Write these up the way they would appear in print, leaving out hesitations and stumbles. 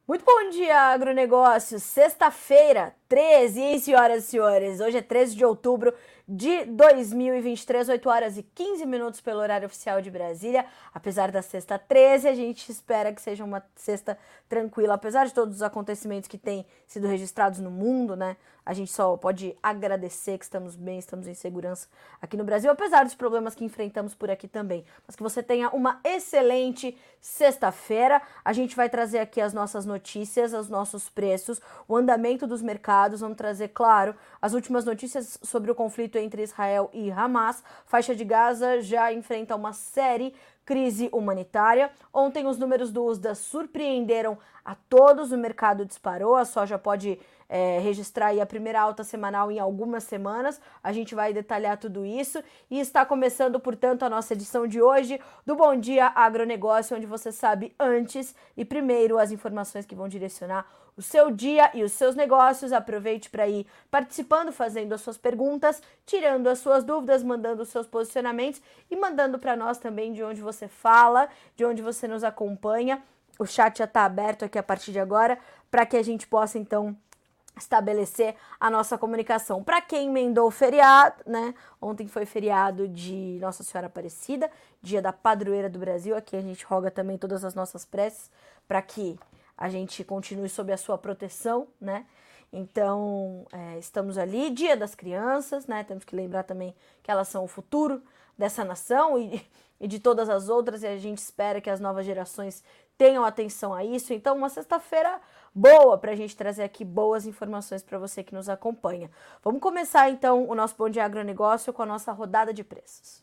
Muito bom dia, agronegócio. Sexta-feira, 13, hein, senhoras e senhores? Hoje é 13 de outubro de 2023, 8 horas e 15 minutos pelo horário oficial de Brasília. Apesar da sexta 13, a gente espera que seja uma sexta tranquila. Apesar de todos os acontecimentos que têm sido registrados no mundo, né? A gente só pode agradecer que estamos bem, estamos em segurança aqui no Brasil, apesar dos problemas que enfrentamos por aqui também. Mas que você tenha uma excelente sexta-feira. A gente vai trazer aqui as nossas notícias, os nossos preços, o andamento dos mercados. Vamos trazer, claro, as últimas notícias sobre o conflito entre Israel e Hamas. Faixa de Gaza já enfrenta uma série crise humanitária. Ontem os números do USDA surpreenderam a todos, o mercado disparou, a soja pode registrar aí a primeira alta semanal em algumas semanas. A gente vai detalhar tudo isso e está começando, portanto, a nossa edição de hoje do Bom Dia Agronegócio, onde você sabe antes e primeiro as informações que vão direcionar o seu dia e os seus negócios. Aproveite para ir participando, fazendo as suas perguntas, tirando as suas dúvidas, mandando os seus posicionamentos e mandando para nós também de onde você fala, de onde você nos acompanha. O chat já está aberto aqui a partir de agora para que a gente possa, então, estabelecer a nossa comunicação. Para quem emendou o feriado, né? Ontem foi feriado de Nossa Senhora Aparecida, dia da padroeira do Brasil. Aqui a gente roga também todas as nossas preces para que a gente continue sob a sua proteção, né? Então, estamos ali, dia das crianças, né? Temos que lembrar também que elas são o futuro dessa nação e de todas as outras, e a gente espera que as novas gerações tenham atenção a isso. Então, uma sexta-feira boa para a gente trazer aqui boas informações para você que nos acompanha. Vamos começar, então, o nosso Bom Dia Agronegócio com a nossa rodada de preços.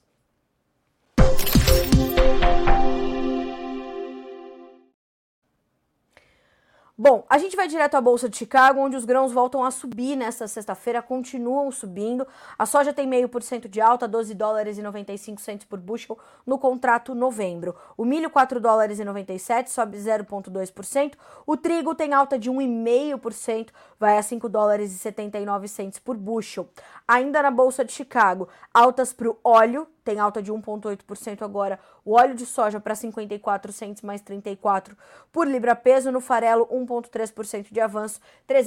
Bom, a gente vai direto à Bolsa de Chicago, onde os grãos voltam a subir nesta sexta-feira, continuam subindo. A soja tem 0,5% de alta, 12 dólares e 95 centos por bushel no contrato novembro. O milho, 4 dólares e 97, sobe 0,2%. O trigo tem alta de 1,5%, vai a 5 dólares e 79 centos por bushel. Ainda na Bolsa de Chicago, altas para o óleo, tem alta de 1,8% agora. O óleo de soja para 54 centos mais 34 por libra-peso. No farelo, 1,3% de avanço,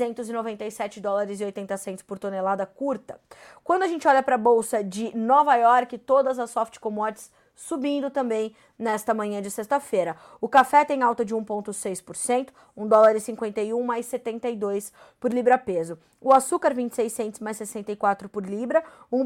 397 dólares e 80 centos por tonelada curta. Quando a gente olha para a Bolsa de Nova York, todas as soft commodities subindo também nesta manhã de sexta-feira. O café tem alta de 1,6%, 1 dólar e 51 mais 72 por libra-peso. O açúcar, 26 centos mais 64 por libra,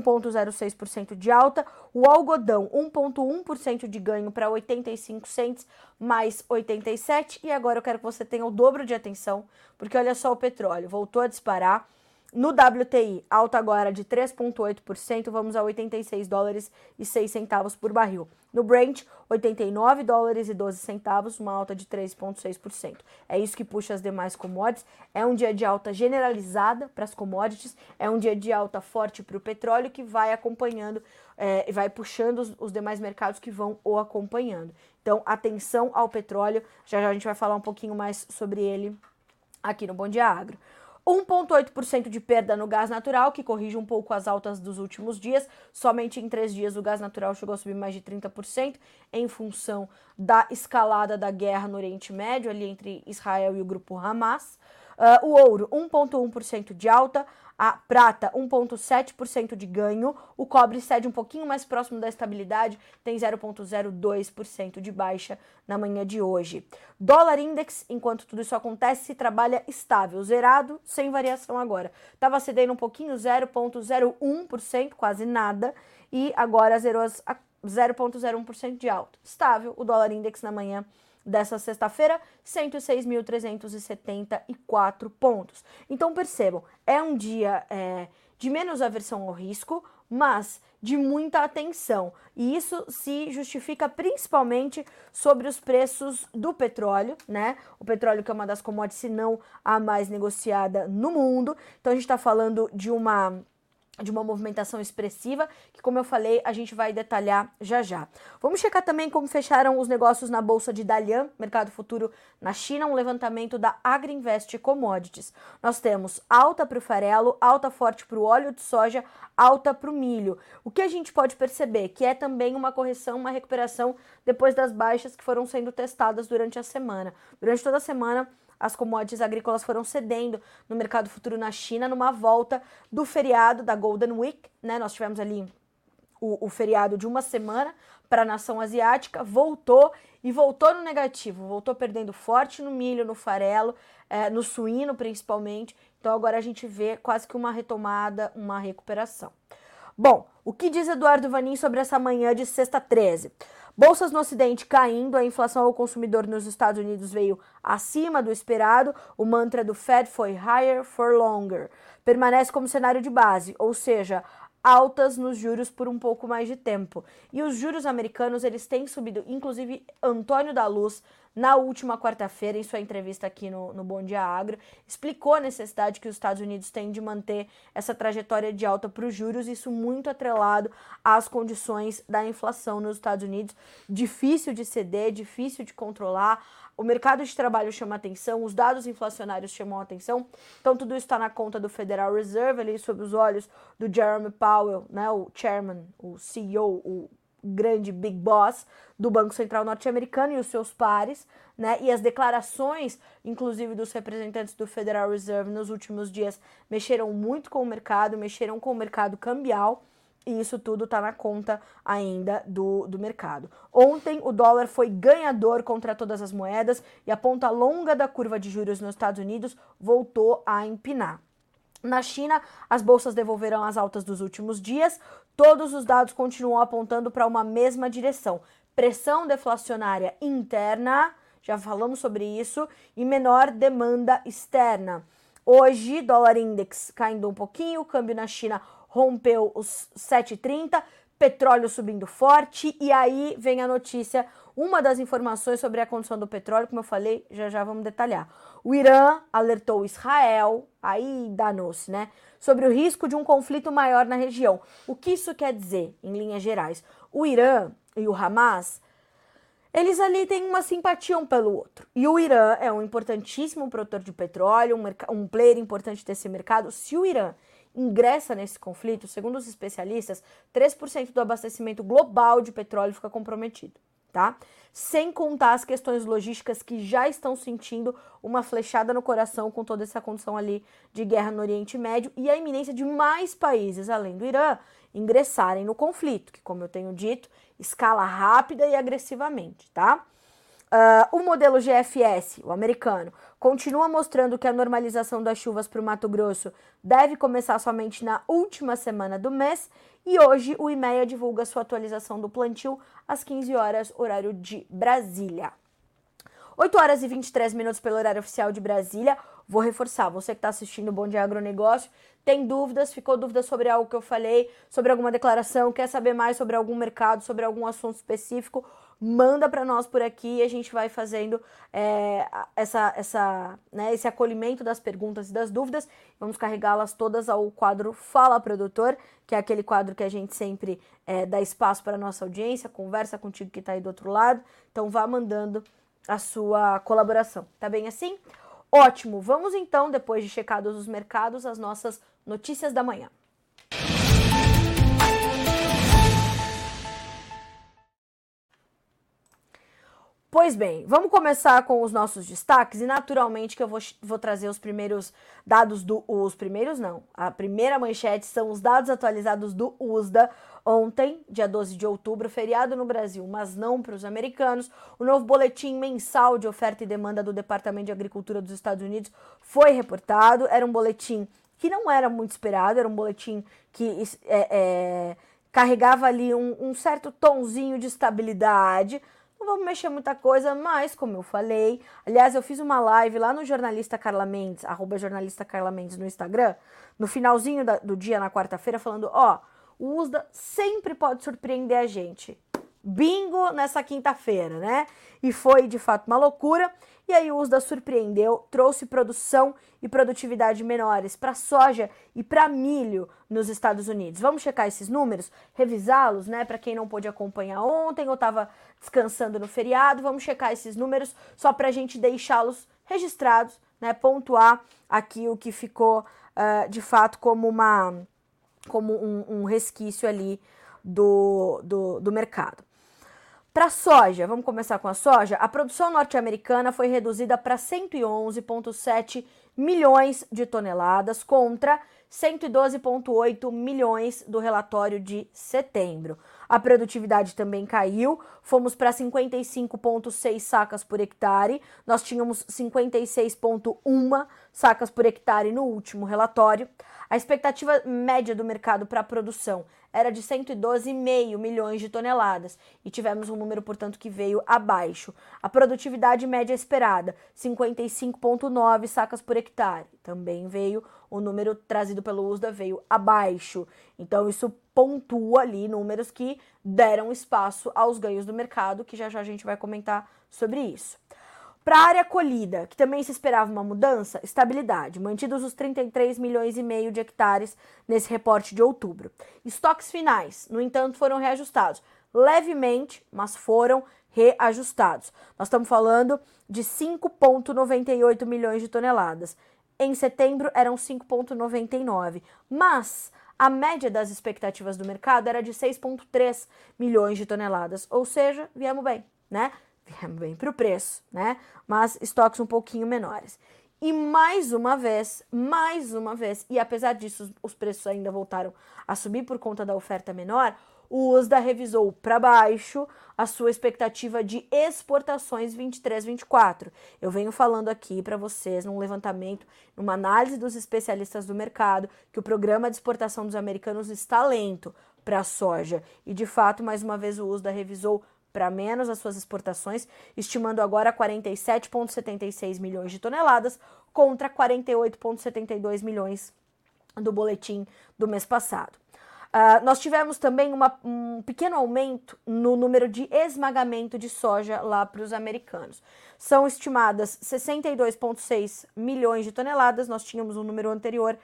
1,06% de alta. O algodão, 1,1% de ganho para 85 centos mais 87. E agora eu quero que você tenha o dobro de atenção, porque olha só, o petróleo voltou a disparar. No WTI, alta agora de 3,8%, vamos a 86 dólares e 6 centavos por barril. No Brent, 89 dólares e 12 centavos, uma alta de 3,6%. É isso que puxa as demais commodities. É um dia de alta generalizada para as commodities, é um dia de alta forte para o petróleo, que vai acompanhando, vai puxando os demais mercados que vão o acompanhando. Então, atenção ao petróleo, já já a gente vai falar um pouquinho mais sobre ele aqui no Bom Dia Agro. 1,8% de perda no gás natural, que corrige um pouco as altas dos últimos dias. Somente em 3 dias o gás natural chegou a subir mais de 30% em função da escalada da guerra no Oriente Médio, ali entre Israel e o grupo Hamas. O ouro, 1,1% de alta. A prata, 1,7% de ganho. O cobre cede um pouquinho mais próximo da estabilidade, tem 0,02% de baixa na manhã de hoje. Dólar index, enquanto tudo isso acontece, trabalha estável, zerado, sem variação agora. Estava cedendo um pouquinho, 0,01%, quase nada, e agora zerou 0,01% de alta. Estável o dólar index na manhã dessa sexta-feira, 106.374 pontos. Então percebam, é um dia de menos aversão ao risco, mas de muita atenção. E isso se justifica principalmente sobre os preços do petróleo, né? O petróleo, que é uma das commodities, se não a mais negociada no mundo. Então a gente está falando de uma movimentação expressiva, que, como eu falei, a gente vai detalhar já já. Vamos checar também como fecharam os negócios na Bolsa de Dalian, mercado futuro na China, um levantamento da Agriinvest Commodities. Nós temos alta para o farelo, alta forte para o óleo de soja, alta para o milho. O que a gente pode perceber? Que é também uma correção, uma recuperação depois das baixas que foram sendo testadas durante a semana. Durante toda a semana, as commodities agrícolas foram cedendo no mercado futuro na China, numa volta do feriado da Golden Week, né? Nós tivemos ali o feriado de uma semana para a nação asiática, voltou no negativo, voltou perdendo forte no milho, no farelo, no suíno principalmente. Então agora a gente vê quase que uma retomada, uma recuperação. Bom, o que diz Eduardo Vanin sobre essa manhã de sexta 13? Bolsas no Ocidente caindo, a inflação ao consumidor nos Estados Unidos veio acima do esperado, o mantra do Fed foi higher for longer. Permanece como cenário de base, ou seja, altas nos juros por um pouco mais de tempo. E os juros americanos, eles têm subido, inclusive Antônio da Luz, na última quarta-feira, em sua entrevista aqui no Bom Dia Agro, explicou a necessidade que os Estados Unidos têm de manter essa trajetória de alta para os juros, isso muito atrelado às condições da inflação nos Estados Unidos, difícil de ceder, difícil de controlar. O mercado de trabalho chama atenção, os dados inflacionários chamam atenção, então tudo isso está na conta do Federal Reserve, ali sob os olhos do Jerome Powell, né, o chairman, o CEO, o grande big boss do Banco Central norte-americano e os seus pares, né, e as declarações, inclusive dos representantes do Federal Reserve nos últimos dias, mexeram muito com o mercado, mexeram com o mercado cambial, e isso tudo está na conta ainda do mercado. Ontem, o dólar foi ganhador contra todas as moedas e a ponta longa da curva de juros nos Estados Unidos voltou a empinar. Na China, as bolsas devolveram as altas dos últimos dias, todos os dados continuam apontando para uma mesma direção. Pressão deflacionária interna, já falamos sobre isso, e menor demanda externa. Hoje, dólar index caindo um pouquinho, o câmbio na China rompeu os 7,30, petróleo subindo forte, e aí vem a notícia, uma das informações sobre a condição do petróleo, como eu falei, já vamos detalhar. O Irã alertou Israel, aí danou-se, né, sobre o risco de um conflito maior na região. O que isso quer dizer, em linhas gerais? O Irã e o Hamas, eles ali têm uma simpatia um pelo outro. E o Irã é um importantíssimo produtor de petróleo, um player importante desse mercado. Se o Irã ingressa nesse conflito, segundo os especialistas, 3% do abastecimento global de petróleo fica comprometido, tá? Sem contar as questões logísticas que já estão sentindo uma flechada no coração com toda essa condição ali de guerra no Oriente Médio e a iminência de mais países, além do Irã, ingressarem no conflito, que, como eu tenho dito, escala rápida e agressivamente, tá? O modelo GFS, o americano, continua mostrando que a normalização das chuvas para o Mato Grosso deve começar somente na última semana do mês e hoje o IMEA divulga sua atualização do plantio às 15 horas, horário de Brasília. 8 horas e 23 minutos pelo horário oficial de Brasília. Vou reforçar, você que está assistindo o Bom Dia Agronegócio, tem dúvidas, ficou dúvida sobre algo que eu falei, sobre alguma declaração, quer saber mais sobre algum mercado, sobre algum assunto específico, manda para nós por aqui e a gente vai fazendo esse acolhimento das perguntas e das dúvidas. Vamos carregá-las todas ao quadro Fala Produtor, que é aquele quadro que a gente sempre dá espaço para a nossa audiência, conversa contigo que está aí do outro lado. Então vá mandando a sua colaboração. Tá bem assim? Ótimo! Vamos então, depois de checados os mercados, as nossas notícias da manhã. Pois bem, vamos começar com os nossos destaques e naturalmente que eu vou trazer os primeiros dados a primeira manchete são os dados atualizados do USDA ontem, dia 12 de outubro, feriado no Brasil, mas não para os americanos. O novo boletim mensal de oferta e demanda do Departamento de Agricultura dos Estados Unidos foi reportado, era um boletim que não era muito esperado, era um boletim que carregava ali um certo tonzinho de estabilidade. Não vamos mexer muita coisa, mas como eu falei, aliás, eu fiz uma live lá no Jornalista Carla Mendes, @jornalista Carla Mendes no Instagram, no finalzinho do dia, na quarta-feira, falando, o USDA sempre pode surpreender a gente. Bingo nessa quinta-feira, né? E foi, de fato, uma loucura. E aí o USDA surpreendeu, trouxe produção e produtividade menores para soja e para milho nos Estados Unidos. Vamos checar esses números, revisá-los, né? Para quem não pôde acompanhar ontem ou estava descansando no feriado, vamos checar esses números só para a gente deixá-los registrados, né? Pontuar aqui o que ficou de fato como um resquício ali do mercado. Para a soja, vamos começar com a soja. A produção norte-americana foi reduzida para 111,7 milhões de toneladas contra 112,8 milhões do relatório de setembro. A produtividade também caiu, fomos para 55,6 sacas por hectare, nós tínhamos 56,1 sacas por hectare no último relatório. A expectativa média do mercado para a produção era de 112,5 milhões de toneladas e tivemos um número, portanto, que veio abaixo. A produtividade média esperada, 55,9 sacas por hectare, também veio, o número trazido pelo USDA veio abaixo. Então, isso pontua ali números que deram espaço aos ganhos do mercado, que já já a gente vai comentar sobre isso. Para a área colhida, que também se esperava uma mudança, estabilidade, mantidos os 33 milhões e meio de hectares nesse reporte de outubro. Estoques finais, no entanto, foram reajustados levemente, mas foram reajustados. Nós estamos falando de 5,98 milhões de toneladas. Em setembro eram 5,99, mas a média das expectativas do mercado era de 6,3 milhões de toneladas, ou seja, viemos bem, né? Viemos bem para o preço, né? Mas estoques um pouquinho menores. E mais uma vez, e apesar disso os preços ainda voltaram a subir por conta da oferta menor, o USDA revisou para baixo a sua expectativa de exportações 23-24. Eu venho falando aqui para vocês num levantamento, numa análise dos especialistas do mercado, que o programa de exportação dos americanos está lento para a soja. E de fato, mais uma vez, o USDA revisou para menos as suas exportações, estimando agora 47,76 milhões de toneladas contra 48,72 milhões do boletim do mês passado. Nós tivemos também um pequeno aumento no número de esmagamento de soja lá para os americanos. São estimadas 62,6 milhões de toneladas, nós tínhamos um número anterior,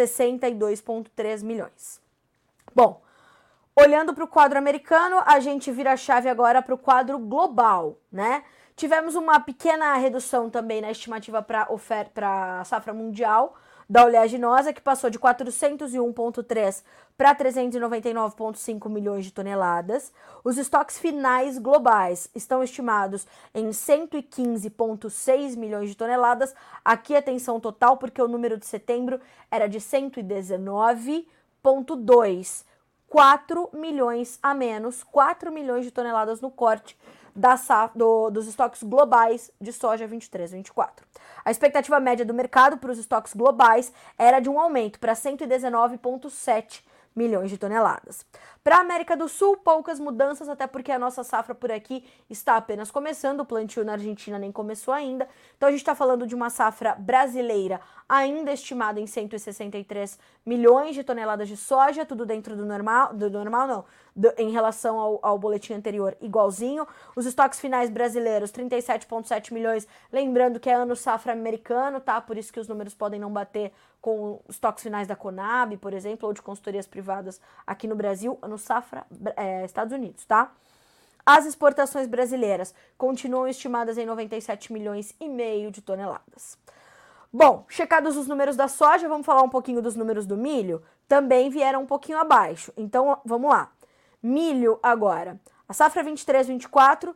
62,3 milhões. Bom, olhando para o quadro americano, a gente vira a chave agora para o quadro global, né? Tivemos uma pequena redução também na estimativa para a safra mundial da oleaginosa, que passou de 401,3 para 399,5 milhões de toneladas. Os estoques finais globais estão estimados em 115,6 milhões de toneladas. Aqui atenção total, porque o número de setembro era de 119,2. 4 milhões a menos, 4 milhões de toneladas no corte dos estoques globais de soja 23-24. A expectativa média do mercado para os estoques globais era de um aumento para 119,7 milhões de toneladas. Para a América do Sul, poucas mudanças, até porque a nossa safra por aqui está apenas começando, o plantio na Argentina nem começou ainda. Então a gente está falando de uma safra brasileira ainda estimada em 163 milhões de toneladas de soja, tudo dentro do normal não, em relação ao boletim anterior, igualzinho. Os estoques finais brasileiros, 37,7 milhões, lembrando que é ano safra americano, tá? Por isso que os números podem não bater com os estoques finais da Conab, por exemplo, ou de consultorias privadas aqui no Brasil, ano safra Estados Unidos, tá? As exportações brasileiras continuam estimadas em 97 milhões e meio de toneladas. Bom, checados os números da soja, vamos falar um pouquinho dos números do milho, também vieram um pouquinho abaixo. Então, vamos lá. Milho agora. A safra 23-24,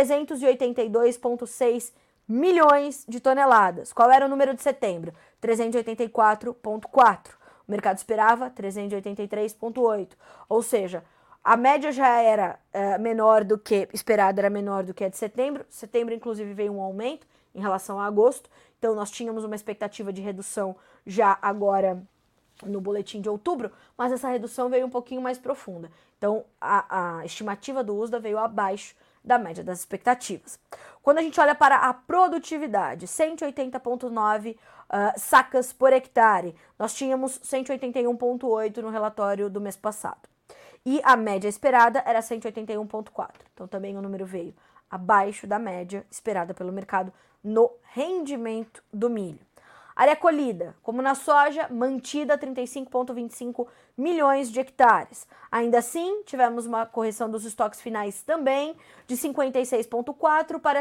382,6 milhões de toneladas. Qual era o número de setembro? 384,4. O mercado esperava 383,8. Ou seja, a média já era menor do que esperada, era menor do que a de setembro. Setembro, inclusive, veio um aumento em relação a agosto. Então, nós tínhamos uma expectativa de redução já agora no boletim de outubro, mas essa redução veio um pouquinho mais profunda. Então, a estimativa do USDA veio abaixo da média das expectativas. Quando a gente olha para a produtividade, 180,9 sacas por hectare, nós tínhamos 181,8 no relatório do mês passado. E a média esperada era 181,4. Então, também o número veio abaixo da média esperada pelo mercado no rendimento do milho. Área colhida, como na soja, mantida 35,25 milhões de hectares. Ainda assim, tivemos uma correção dos estoques finais também, de 56,4 para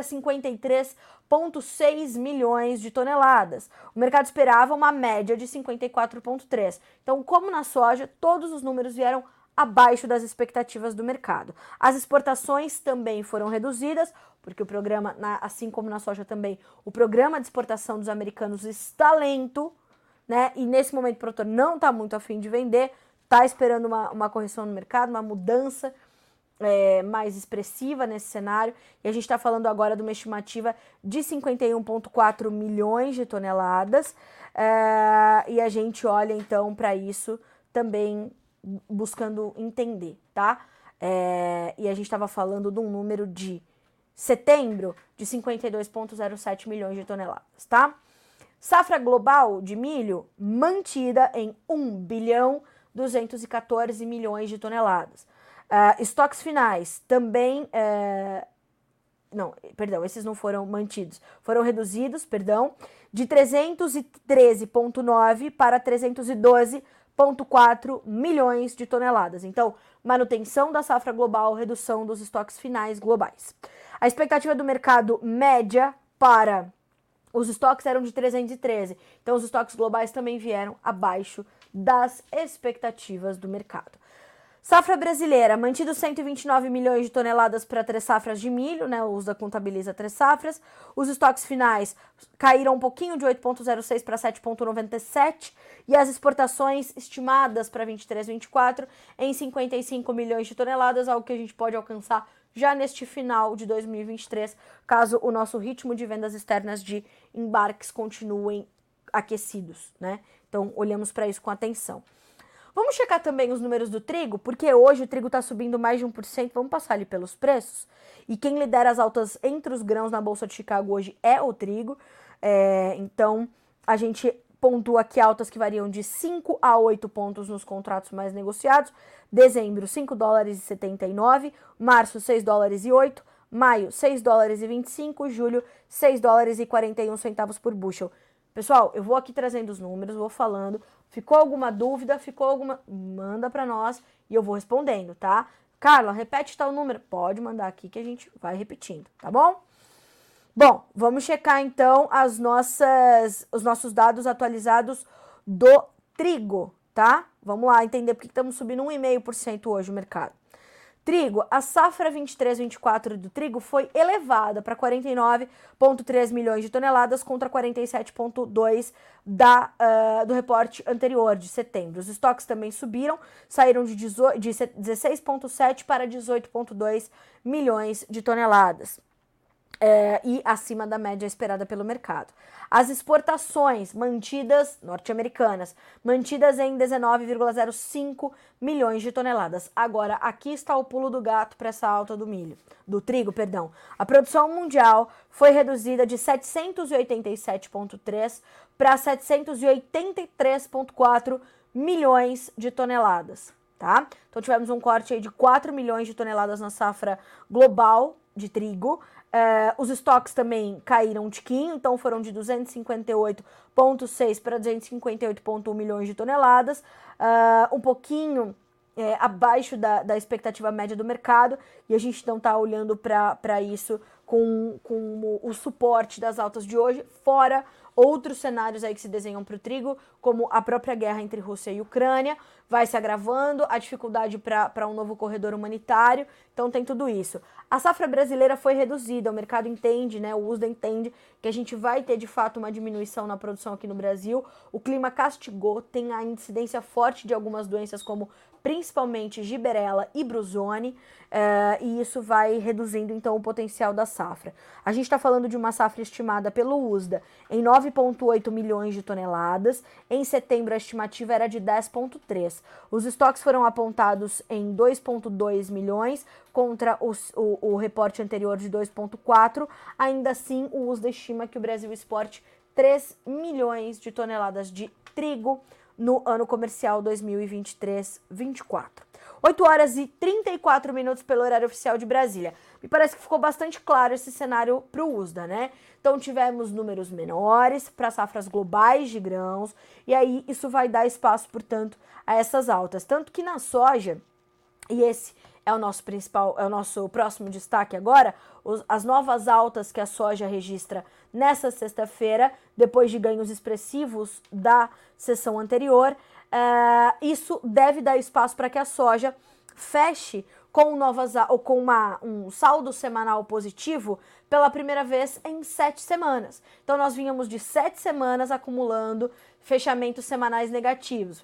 53,6 milhões de toneladas. O mercado esperava uma média de 54,3. Então, como na soja, todos os números vieram abaixo das expectativas do mercado. As exportações também foram reduzidas, porque o programa, assim como na soja também, o programa de exportação dos americanos está lento, né? E nesse momento o produtor não está muito afim de vender, está esperando uma correção no mercado, uma mudança mais expressiva nesse cenário, e a gente está falando agora de uma estimativa de 51,4 milhões de toneladas, e a gente olha então para isso também buscando entender, tá? E a gente estava falando de um número de setembro de 52,07 milhões de toneladas, tá? Safra global de milho mantida em 1 bilhão 214 milhões de toneladas. Estoques finais também... esses não foram mantidos. Foram reduzidos, de 313,9 para 312,4 milhões de toneladas. Então, manutenção da safra global, redução dos estoques finais globais. A expectativa do mercado média para os estoques eram de 313. Então, os estoques globais também vieram abaixo das expectativas do mercado. Safra brasileira, mantido 129 milhões de toneladas para 3 safras de milho, né? O USDA contabiliza 3 safras. Os estoques finais caíram um pouquinho, de 8,06 para 7,97. E as exportações estimadas para 23-24 em 55 milhões de toneladas, algo que a gente pode alcançar já neste final de 2023, caso o nosso ritmo de vendas externas de embarques continuem aquecidos, né? Então, olhamos para isso com atenção. Vamos checar também os números do trigo, porque hoje o trigo está subindo mais de 1%. Vamos passar ali pelos preços. E quem lidera as altas entre os grãos na Bolsa de Chicago hoje é o trigo. Então, a gente pontua aqui altas que variam de 5 a 8 pontos nos contratos mais negociados. Dezembro, 5 dólares e 79. Março, 6 dólares e 8. Maio, 6 dólares e 25. Julho, 6 dólares e 41 centavos por bushel. Pessoal, eu vou aqui trazendo os números, vou falando. Ficou alguma dúvida? Manda para nós e eu vou respondendo, tá? Carla, repete tal número. Pode mandar aqui que a gente vai repetindo, tá bom? Bom, vamos checar então os nossos dados atualizados do trigo, tá? Vamos lá entender por que estamos subindo 1,5% hoje o mercado. Trigo, a safra 23-24 do trigo foi elevada para 49,3 milhões de toneladas contra 47,2 do reporte anterior, de setembro. Os estoques também subiram, saíram de 16,7 para 18,2 milhões de toneladas. E acima da média esperada pelo mercado. As exportações norte-americanas, mantidas em 19,05 milhões de toneladas. Agora, aqui está o pulo do gato para essa alta do trigo. A produção mundial foi reduzida de 787,3 para 783,4 milhões de toneladas, tá? Então, tivemos um corte aí de 4 milhões de toneladas na safra global de trigo. Os estoques também caíram um tiquinho, então foram de 258,6 para 258,1 milhões de toneladas, um pouquinho abaixo da expectativa média do mercado, e a gente não está olhando para isso com o suporte das altas de hoje, fora outros cenários aí que se desenham para o trigo, como a própria guerra entre Rússia e Ucrânia, vai se agravando, a dificuldade para um novo corredor humanitário, então tem tudo isso. A safra brasileira foi reduzida, o mercado entende, né, o USDA entende que a gente vai ter de fato uma diminuição na produção aqui no Brasil, o clima castigou, tem a incidência forte de algumas doenças como principalmente Gibberella e Bruzone, e isso vai reduzindo então o potencial da safra. A gente está falando de uma safra estimada pelo USDA em 9,8 milhões de toneladas, em setembro a estimativa era de 10,3. Os estoques foram apontados em 2,2 milhões contra o reporte anterior de 2,4. Ainda assim, o USDA estima que o Brasil exporte 3 milhões de toneladas de trigo no ano comercial 2023-24. 8 horas e 34 minutos pelo horário oficial de Brasília. Me parece que ficou bastante claro esse cenário para o USDA, né? Então tivemos números menores para safras globais de grãos, e aí isso vai dar espaço, portanto, a essas altas. Tanto que na soja, e esse é o nosso próximo destaque agora, as novas altas que a soja registra nessa sexta-feira, depois de ganhos expressivos da sessão anterior, isso deve dar espaço para que a soja feche com um saldo semanal positivo pela primeira vez em 7 semanas. Então nós vínhamos de 7 semanas acumulando fechamentos semanais negativos.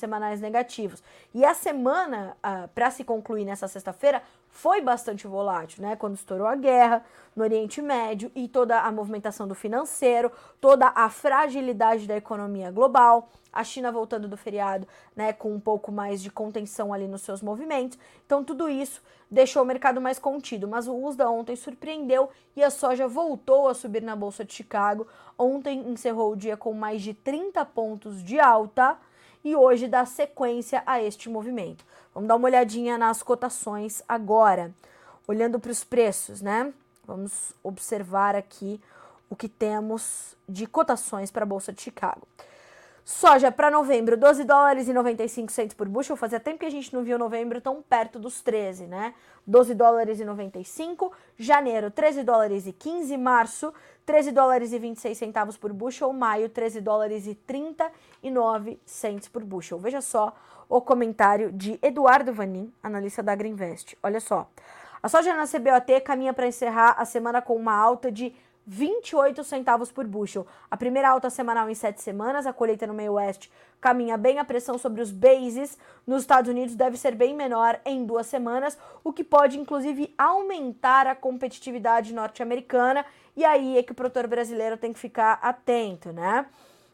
E a semana, para se concluir nessa sexta-feira, foi bastante volátil, né? Quando estourou a guerra no Oriente Médio e toda a movimentação do financeiro, toda a fragilidade da economia global, a China voltando do feriado, né, com um pouco mais de contenção ali nos seus movimentos. Então tudo isso deixou o mercado mais contido, mas o USDA ontem surpreendeu e a soja voltou a subir na Bolsa de Chicago. Ontem encerrou o dia com mais de 30 pontos de alta e hoje dá sequência a este movimento. Vamos dar uma olhadinha nas cotações agora, olhando para os preços, né? Vamos observar aqui o que temos de cotações para a Bolsa de Chicago. Soja para novembro, 12 dólares e 95 centos por bushel. Fazia tempo que a gente não viu novembro tão perto dos 13, né? 12 dólares e 95. Janeiro, 13 dólares e 15. Março, 13 dólares e 26 centavos por bushel. Maio, 13 dólares e 39 centos por bushel. Veja só o comentário de Eduardo Vanin, analista da Agriinvest. Olha só. A soja na CBOT caminha para encerrar a semana com uma alta de 28 centavos por bushel. A primeira alta semanal em 7 semanas, a colheita no meio oeste caminha bem, a pressão sobre os bases nos Estados Unidos deve ser bem menor em 2 semanas, o que pode inclusive aumentar a competitividade norte-americana, e aí é que o produtor brasileiro tem que ficar atento, né?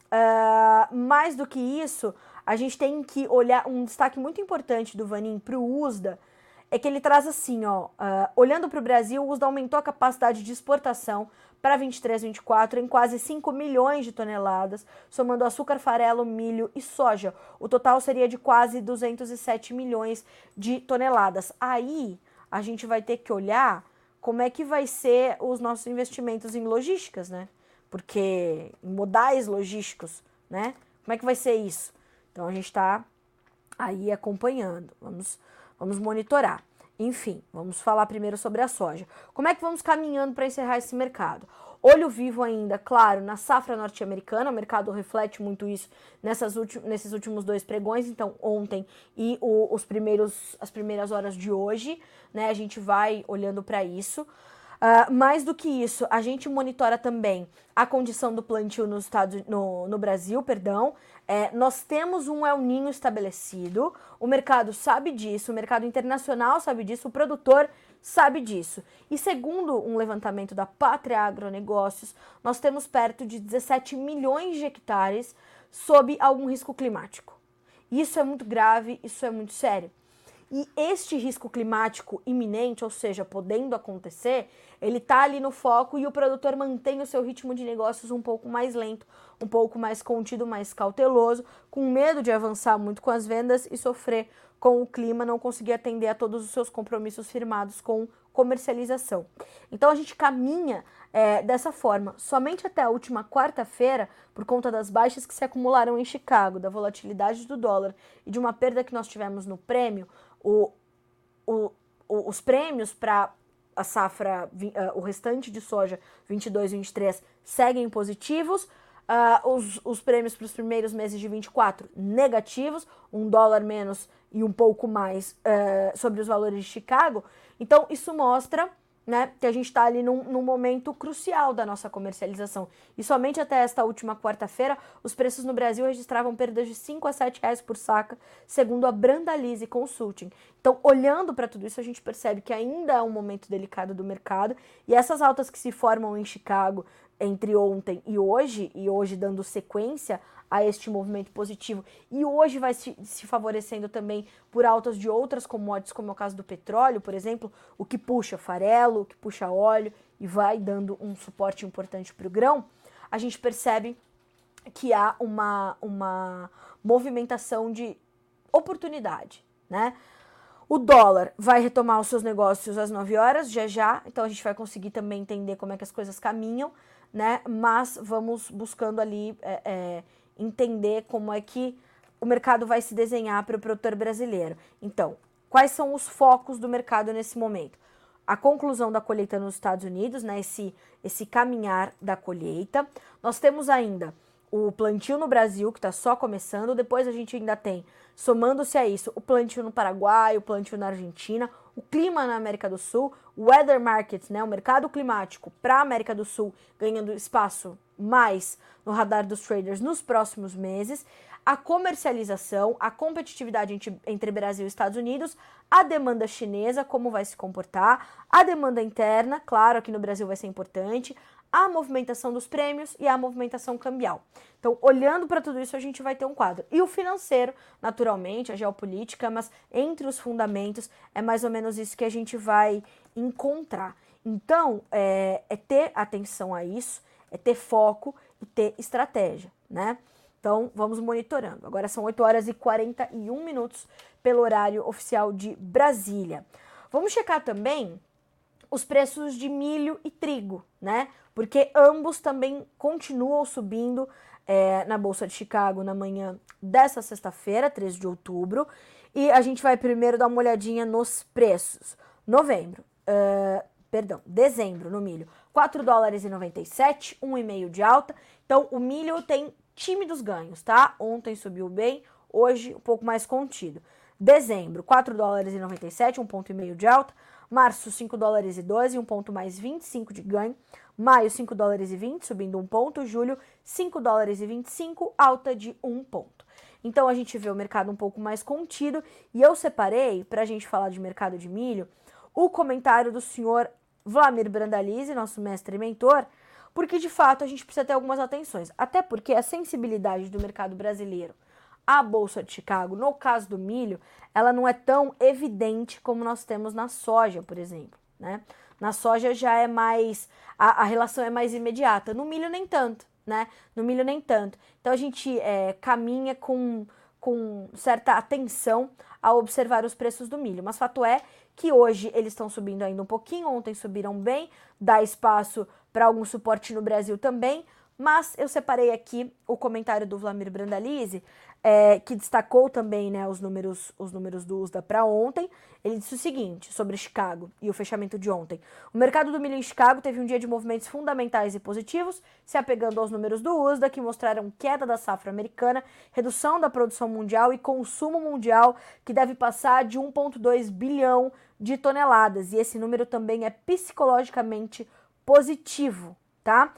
Mais do que isso, a gente tem que olhar um destaque muito importante do Vanin para o USDA, é que ele traz assim, ó, olhando para o Brasil, o USDA aumentou a capacidade de exportação para 23, 24 em quase 5 milhões de toneladas, somando açúcar, farelo, milho e soja. O total seria de quase 207 milhões de toneladas. Aí a gente vai ter que olhar como é que vai ser os nossos investimentos em logísticas, né? Porque em modais logísticos, né? Como é que vai ser isso? Então a gente está aí acompanhando. Vamos monitorar. Enfim, vamos falar primeiro sobre a soja. Como é que vamos caminhando para encerrar esse mercado? Olho vivo ainda, claro, na safra norte-americana, o mercado reflete muito isso nesses últimos 2 pregões, então ontem e as primeiras horas de hoje, né, a gente vai olhando para isso. Mais do que isso, a gente monitora também a condição do plantio no Brasil, perdão. Nós temos um El Niño estabelecido, o mercado sabe disso, o mercado internacional sabe disso, o produtor sabe disso. E segundo um levantamento da Pátria Agronegócios, nós temos perto de 17 milhões de hectares sob algum risco climático. Isso é muito grave, isso é muito sério. E este risco climático iminente, ou seja, podendo acontecer, ele está ali no foco e o produtor mantém o seu ritmo de negócios um pouco mais lento, um pouco mais contido, mais cauteloso, com medo de avançar muito com as vendas e sofrer com o clima, não conseguir atender a todos os seus compromissos firmados com comercialização. Então a gente caminha dessa forma. Somente até a última quarta-feira, por conta das baixas que se acumularam em Chicago, da volatilidade do dólar e de uma perda que nós tivemos no prêmio, os prêmios para a safra, o restante de soja 22 e 23 seguem positivos, os prêmios para os primeiros meses de 24 negativos, $1 menos e um pouco mais sobre os valores de Chicago. Então isso mostra, né, que a gente está ali num momento crucial da nossa comercialização. E somente até esta última quarta-feira, os preços no Brasil registravam perdas de 5 a 7 reais por saca, segundo a Brandalise Consulting. Então, olhando para tudo isso, a gente percebe que ainda é um momento delicado do mercado, e essas altas que se formam em Chicago entre ontem e hoje dando sequência a este movimento positivo, e hoje vai se favorecendo também por altas de outras commodities, como é o caso do petróleo, por exemplo, o que puxa farelo, o que puxa óleo e vai dando um suporte importante para o grão, a gente percebe que há uma movimentação de oportunidade, né? O dólar vai retomar os seus negócios às 9 horas, já, então a gente vai conseguir também entender como é que as coisas caminham, né? Mas vamos buscando ali entender como é que o mercado vai se desenhar para o produtor brasileiro. Então, quais são os focos do mercado nesse momento? A conclusão da colheita nos Estados Unidos, né, esse caminhar da colheita. Nós temos ainda o plantio no Brasil, que está só começando, depois a gente ainda tem, somando-se a isso, o plantio no Paraguai, o plantio na Argentina, o clima na América do Sul, o weather market, né, o mercado climático para a América do Sul ganhando espaço mais no radar dos traders nos próximos meses, a comercialização, a competitividade entre Brasil e Estados Unidos, a demanda chinesa, como vai se comportar, a demanda interna, claro, aqui no Brasil vai ser importante, a movimentação dos prêmios e a movimentação cambial. Então, olhando para tudo isso, a gente vai ter um quadro. E o financeiro, naturalmente, a geopolítica, mas entre os fundamentos, é mais ou menos isso que a gente vai encontrar. Então, é ter atenção a isso, é ter foco e ter estratégia, né? Então, vamos monitorando. Agora são 8 horas e 41 minutos pelo horário oficial de Brasília. Vamos checar também os preços de milho e trigo, né? Porque ambos também continuam subindo na Bolsa de Chicago na manhã dessa sexta-feira, 13 de outubro. E a gente vai primeiro dar uma olhadinha nos preços. Dezembro no milho, 4 dólares e 97, 1,5 de alta. Então, o milho tem tímidos ganhos, tá? Ontem subiu bem, hoje um pouco mais contido. Dezembro, 4 dólares e 97, 1,5 de alta. Março, 5 dólares e 12, 1 ponto mais 25 de ganho. Maio, 5 dólares e 20, subindo 1 ponto. Julho, 5 dólares e 25, alta de 1 ponto. Então, a gente vê o mercado um pouco mais contido. E eu separei, para a gente falar de mercado de milho, o comentário do senhor Wlamir Brandalize, nosso mestre e mentor, porque, de fato, a gente precisa ter algumas atenções. Até porque a sensibilidade do mercado brasileiro à Bolsa de Chicago, no caso do milho, ela não é tão evidente como nós temos na soja, por exemplo, né? Na soja já é mais, a relação é mais imediata. No milho nem tanto, né? No milho nem tanto. Então a gente caminha com certa atenção ao observar os preços do milho. Mas fato é que hoje eles estão subindo ainda um pouquinho, ontem subiram bem, dá espaço para algum suporte no Brasil também, mas eu separei aqui o comentário do Wlamir Brandalize, que destacou também, né, os números do USDA para ontem. Ele disse o seguinte sobre Chicago e o fechamento de ontem. O mercado do milho em Chicago teve um dia de movimentos fundamentais e positivos, se apegando aos números do USDA, que mostraram queda da safra americana, redução da produção mundial e consumo mundial, que deve passar de 1,2 bilhão de toneladas. E esse número também é psicologicamente positivo, tá?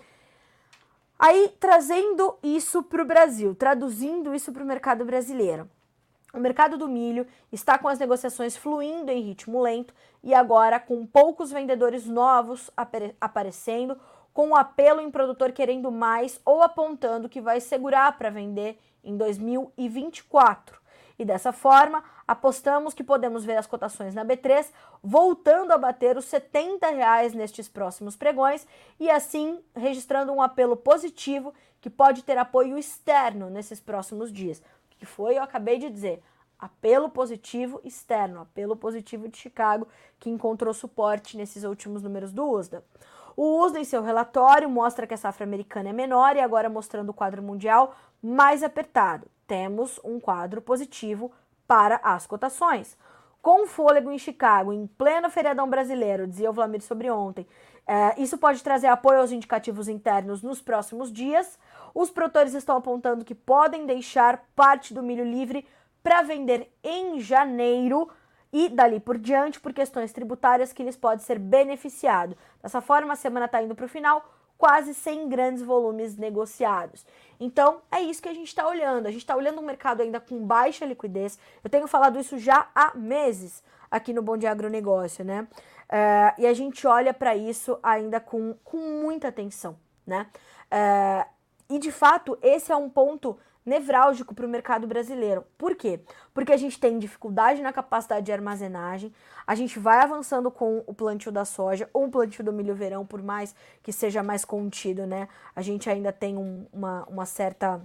Aí, trazendo isso para o Brasil, traduzindo isso para o mercado brasileiro. O mercado do milho está com as negociações fluindo em ritmo lento e agora com poucos vendedores novos aparecendo, com um apelo em produtor querendo mais ou apontando que vai segurar para vender em 2024. E dessa forma, apostamos que podemos ver as cotações na B3 voltando a bater os R$70 nestes próximos pregões e assim registrando um apelo positivo que pode ter apoio externo nesses próximos dias. O que foi, eu acabei de dizer, apelo positivo externo, apelo positivo de Chicago, que encontrou suporte nesses últimos números do USDA. O USDA, em seu relatório, mostra que a safra americana é menor e agora mostrando o quadro mundial mais apertado. Temos um quadro positivo para as cotações. Com fôlego em Chicago, em pleno feriadão brasileiro, dizia o Wlamir sobre ontem, isso pode trazer apoio aos indicativos internos nos próximos dias. Os produtores estão apontando que podem deixar parte do milho livre para vender em janeiro e dali por diante por questões tributárias que lhes pode ser beneficiado. Dessa forma, a semana está indo para o final, quase sem grandes volumes negociados. Então, é isso que a gente está olhando. A gente está olhando um mercado ainda com baixa liquidez. Eu tenho falado isso já há meses aqui no Bom Dia Agronegócio, né? E a gente olha para isso ainda com muita atenção, né? E, de fato, esse é um ponto nevrálgico para o mercado brasileiro. Por quê? Porque a gente tem dificuldade na capacidade de armazenagem, a gente vai avançando com o plantio da soja ou o plantio do milho verão, por mais que seja mais contido, né? A gente ainda tem uma certa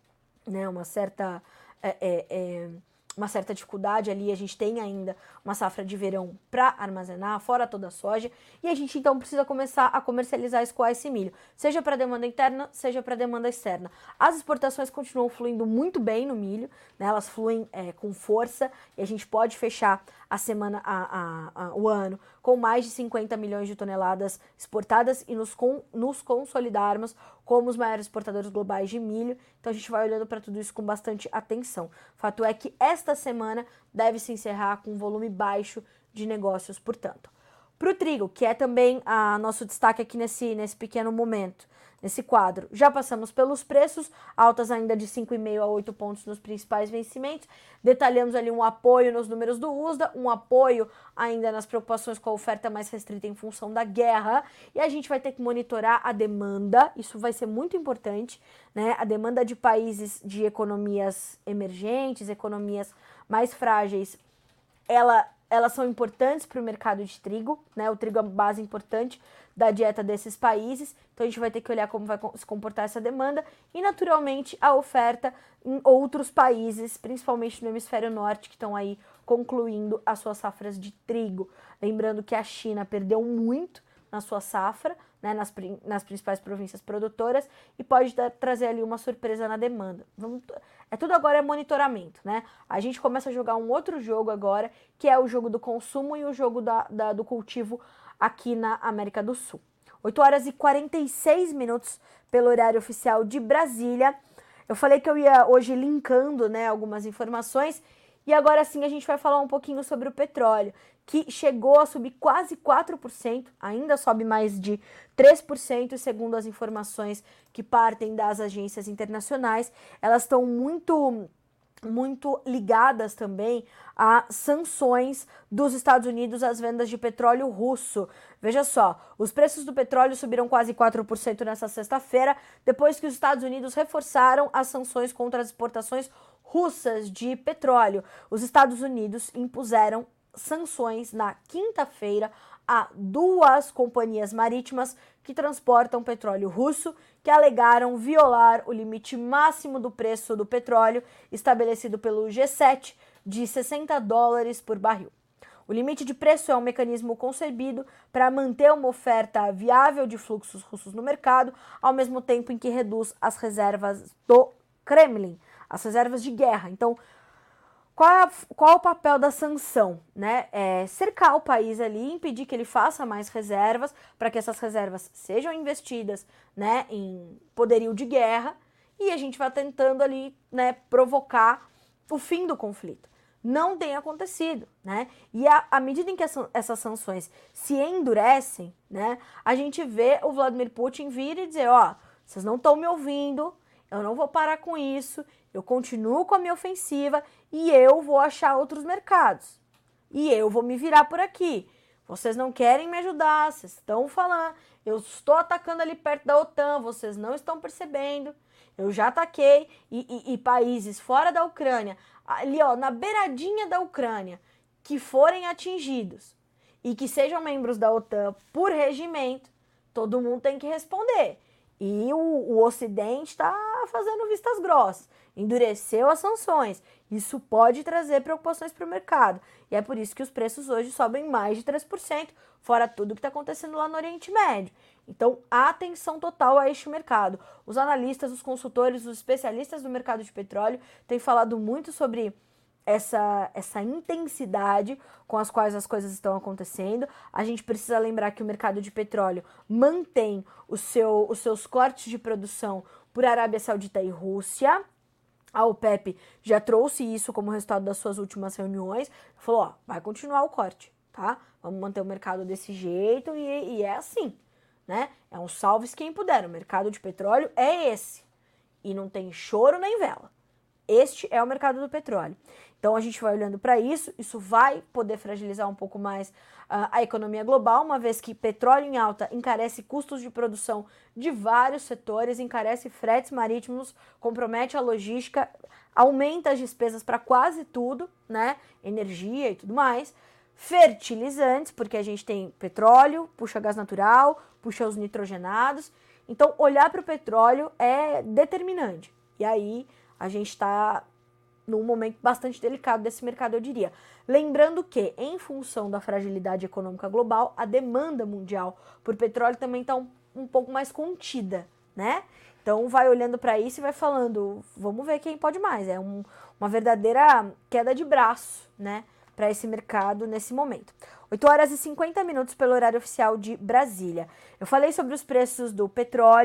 dificuldade ali, a gente tem ainda uma safra de verão para armazenar, fora toda a soja, e a gente então precisa começar a comercializar e escoar esse milho, seja para demanda interna, seja para demanda externa. As exportações continuam fluindo muito bem no milho, né? Elas fluem com força, e a gente pode fechar a semana, o ano, com mais de 50 milhões de toneladas exportadas e nos consolidarmos como os maiores exportadores globais de milho. Então a gente vai olhando para tudo isso com bastante atenção. Fato é que esta semana deve se encerrar com um volume baixo de negócios, portanto. Para o trigo, que é também nosso destaque aqui nesse pequeno momento, nesse quadro, já passamos pelos preços, altas ainda de 5,5 a 8 pontos nos principais vencimentos, detalhamos ali um apoio nos números do USDA, um apoio ainda nas preocupações com a oferta mais restrita em função da guerra, e a gente vai ter que monitorar a demanda, isso vai ser muito importante, né? A demanda de países de economias emergentes, economias mais frágeis, elas são importantes para o mercado de trigo, né? O trigo é uma base importante da dieta desses países, então a gente vai ter que olhar como vai se comportar essa demanda e, naturalmente, a oferta em outros países, principalmente no hemisfério norte, que estão aí concluindo as suas safras de trigo. Lembrando que a China perdeu muito na sua safra, né, nas principais províncias produtoras, e pode trazer ali uma surpresa na demanda. Tudo agora é monitoramento, né? A gente começa a jogar um outro jogo agora, que é o jogo do consumo e o jogo do cultivo aqui na América do Sul. 8 horas e 46 minutos pelo horário oficial de Brasília. Eu falei que eu ia hoje linkando, né, algumas informações, e agora sim a gente vai falar um pouquinho sobre o petróleo, que chegou a subir quase 4%, ainda sobe mais de 3%, segundo as informações que partem das agências internacionais. Elas estão muito ligadas também a sanções dos Estados Unidos às vendas de petróleo russo. Veja só, os preços do petróleo subiram quase 4% nessa sexta-feira, depois que os Estados Unidos reforçaram as sanções contra as exportações russas de petróleo. Os Estados Unidos impuseram sanções na quinta-feira a 2 companhias marítimas que transportam petróleo russo, que alegaram violar o limite máximo do preço do petróleo estabelecido pelo G7 de $60 por barril. O limite de preço é um mecanismo concebido para manter uma oferta viável de fluxos russos no mercado, ao mesmo tempo em que reduz as do Kremlin, as reservas de guerra. Então, qual o papel da sanção, né? É cercar o país ali, impedir que ele faça mais reservas, para que essas reservas sejam investidas, né, em poderio de guerra, e a gente vai tentando ali, né, provocar o fim do conflito. Não tem acontecido, né? E à medida em que essas sanções se endurecem, né, a gente vê o Vladimir Putin vir e dizer, ó, vocês não estão me ouvindo, eu não vou parar com isso, eu continuo com a minha ofensiva e eu vou achar outros mercados. E eu vou me virar por aqui. Vocês não querem me ajudar, vocês estão falando, eu estou atacando ali perto da OTAN, vocês não estão percebendo. Eu já ataquei e países fora da Ucrânia, ali ó, na beiradinha da Ucrânia, que forem atingidos e que sejam membros da OTAN por regimento, todo mundo tem que responder. E o Ocidente está fazendo vistas grossas, endureceu as sanções. Isso pode trazer preocupações para o mercado. E é por isso que os preços hoje sobem mais de 3%, fora tudo que está acontecendo lá no Oriente Médio. Então, atenção total a este mercado. Os analistas, os consultores, os especialistas do mercado de petróleo têm falado muito sobre essa intensidade com as quais as coisas estão acontecendo. A gente precisa lembrar que o mercado de petróleo mantém os seus cortes de produção por Arábia Saudita e Rússia. A OPEP já trouxe isso como resultado das suas últimas reuniões. Falou, ó, vai continuar o corte, tá? Vamos manter o mercado desse jeito e é assim, né? É um salve-se quem puder. O mercado de petróleo é esse. E não tem choro nem vela. Este é o mercado do petróleo. Então a gente vai olhando para isso vai poder fragilizar um pouco mais a economia global, uma vez que petróleo em alta encarece custos de produção de vários setores, encarece fretes marítimos, compromete a logística, aumenta as despesas para quase tudo, né? Energia e tudo mais. Fertilizantes, porque a gente tem petróleo, puxa gás natural, puxa os nitrogenados. Então olhar para o petróleo é determinante. E aí a gente está num momento bastante delicado desse mercado, eu diria. Lembrando que, em função da fragilidade econômica global, a demanda mundial por petróleo também está um pouco mais contida, né? Então, vai olhando para isso e vai falando, vamos ver quem pode mais. É uma verdadeira queda de braço, né, para esse mercado nesse momento. 8 horas e 50 minutos pelo horário oficial de Brasília. Eu falei sobre os preços do petróleo,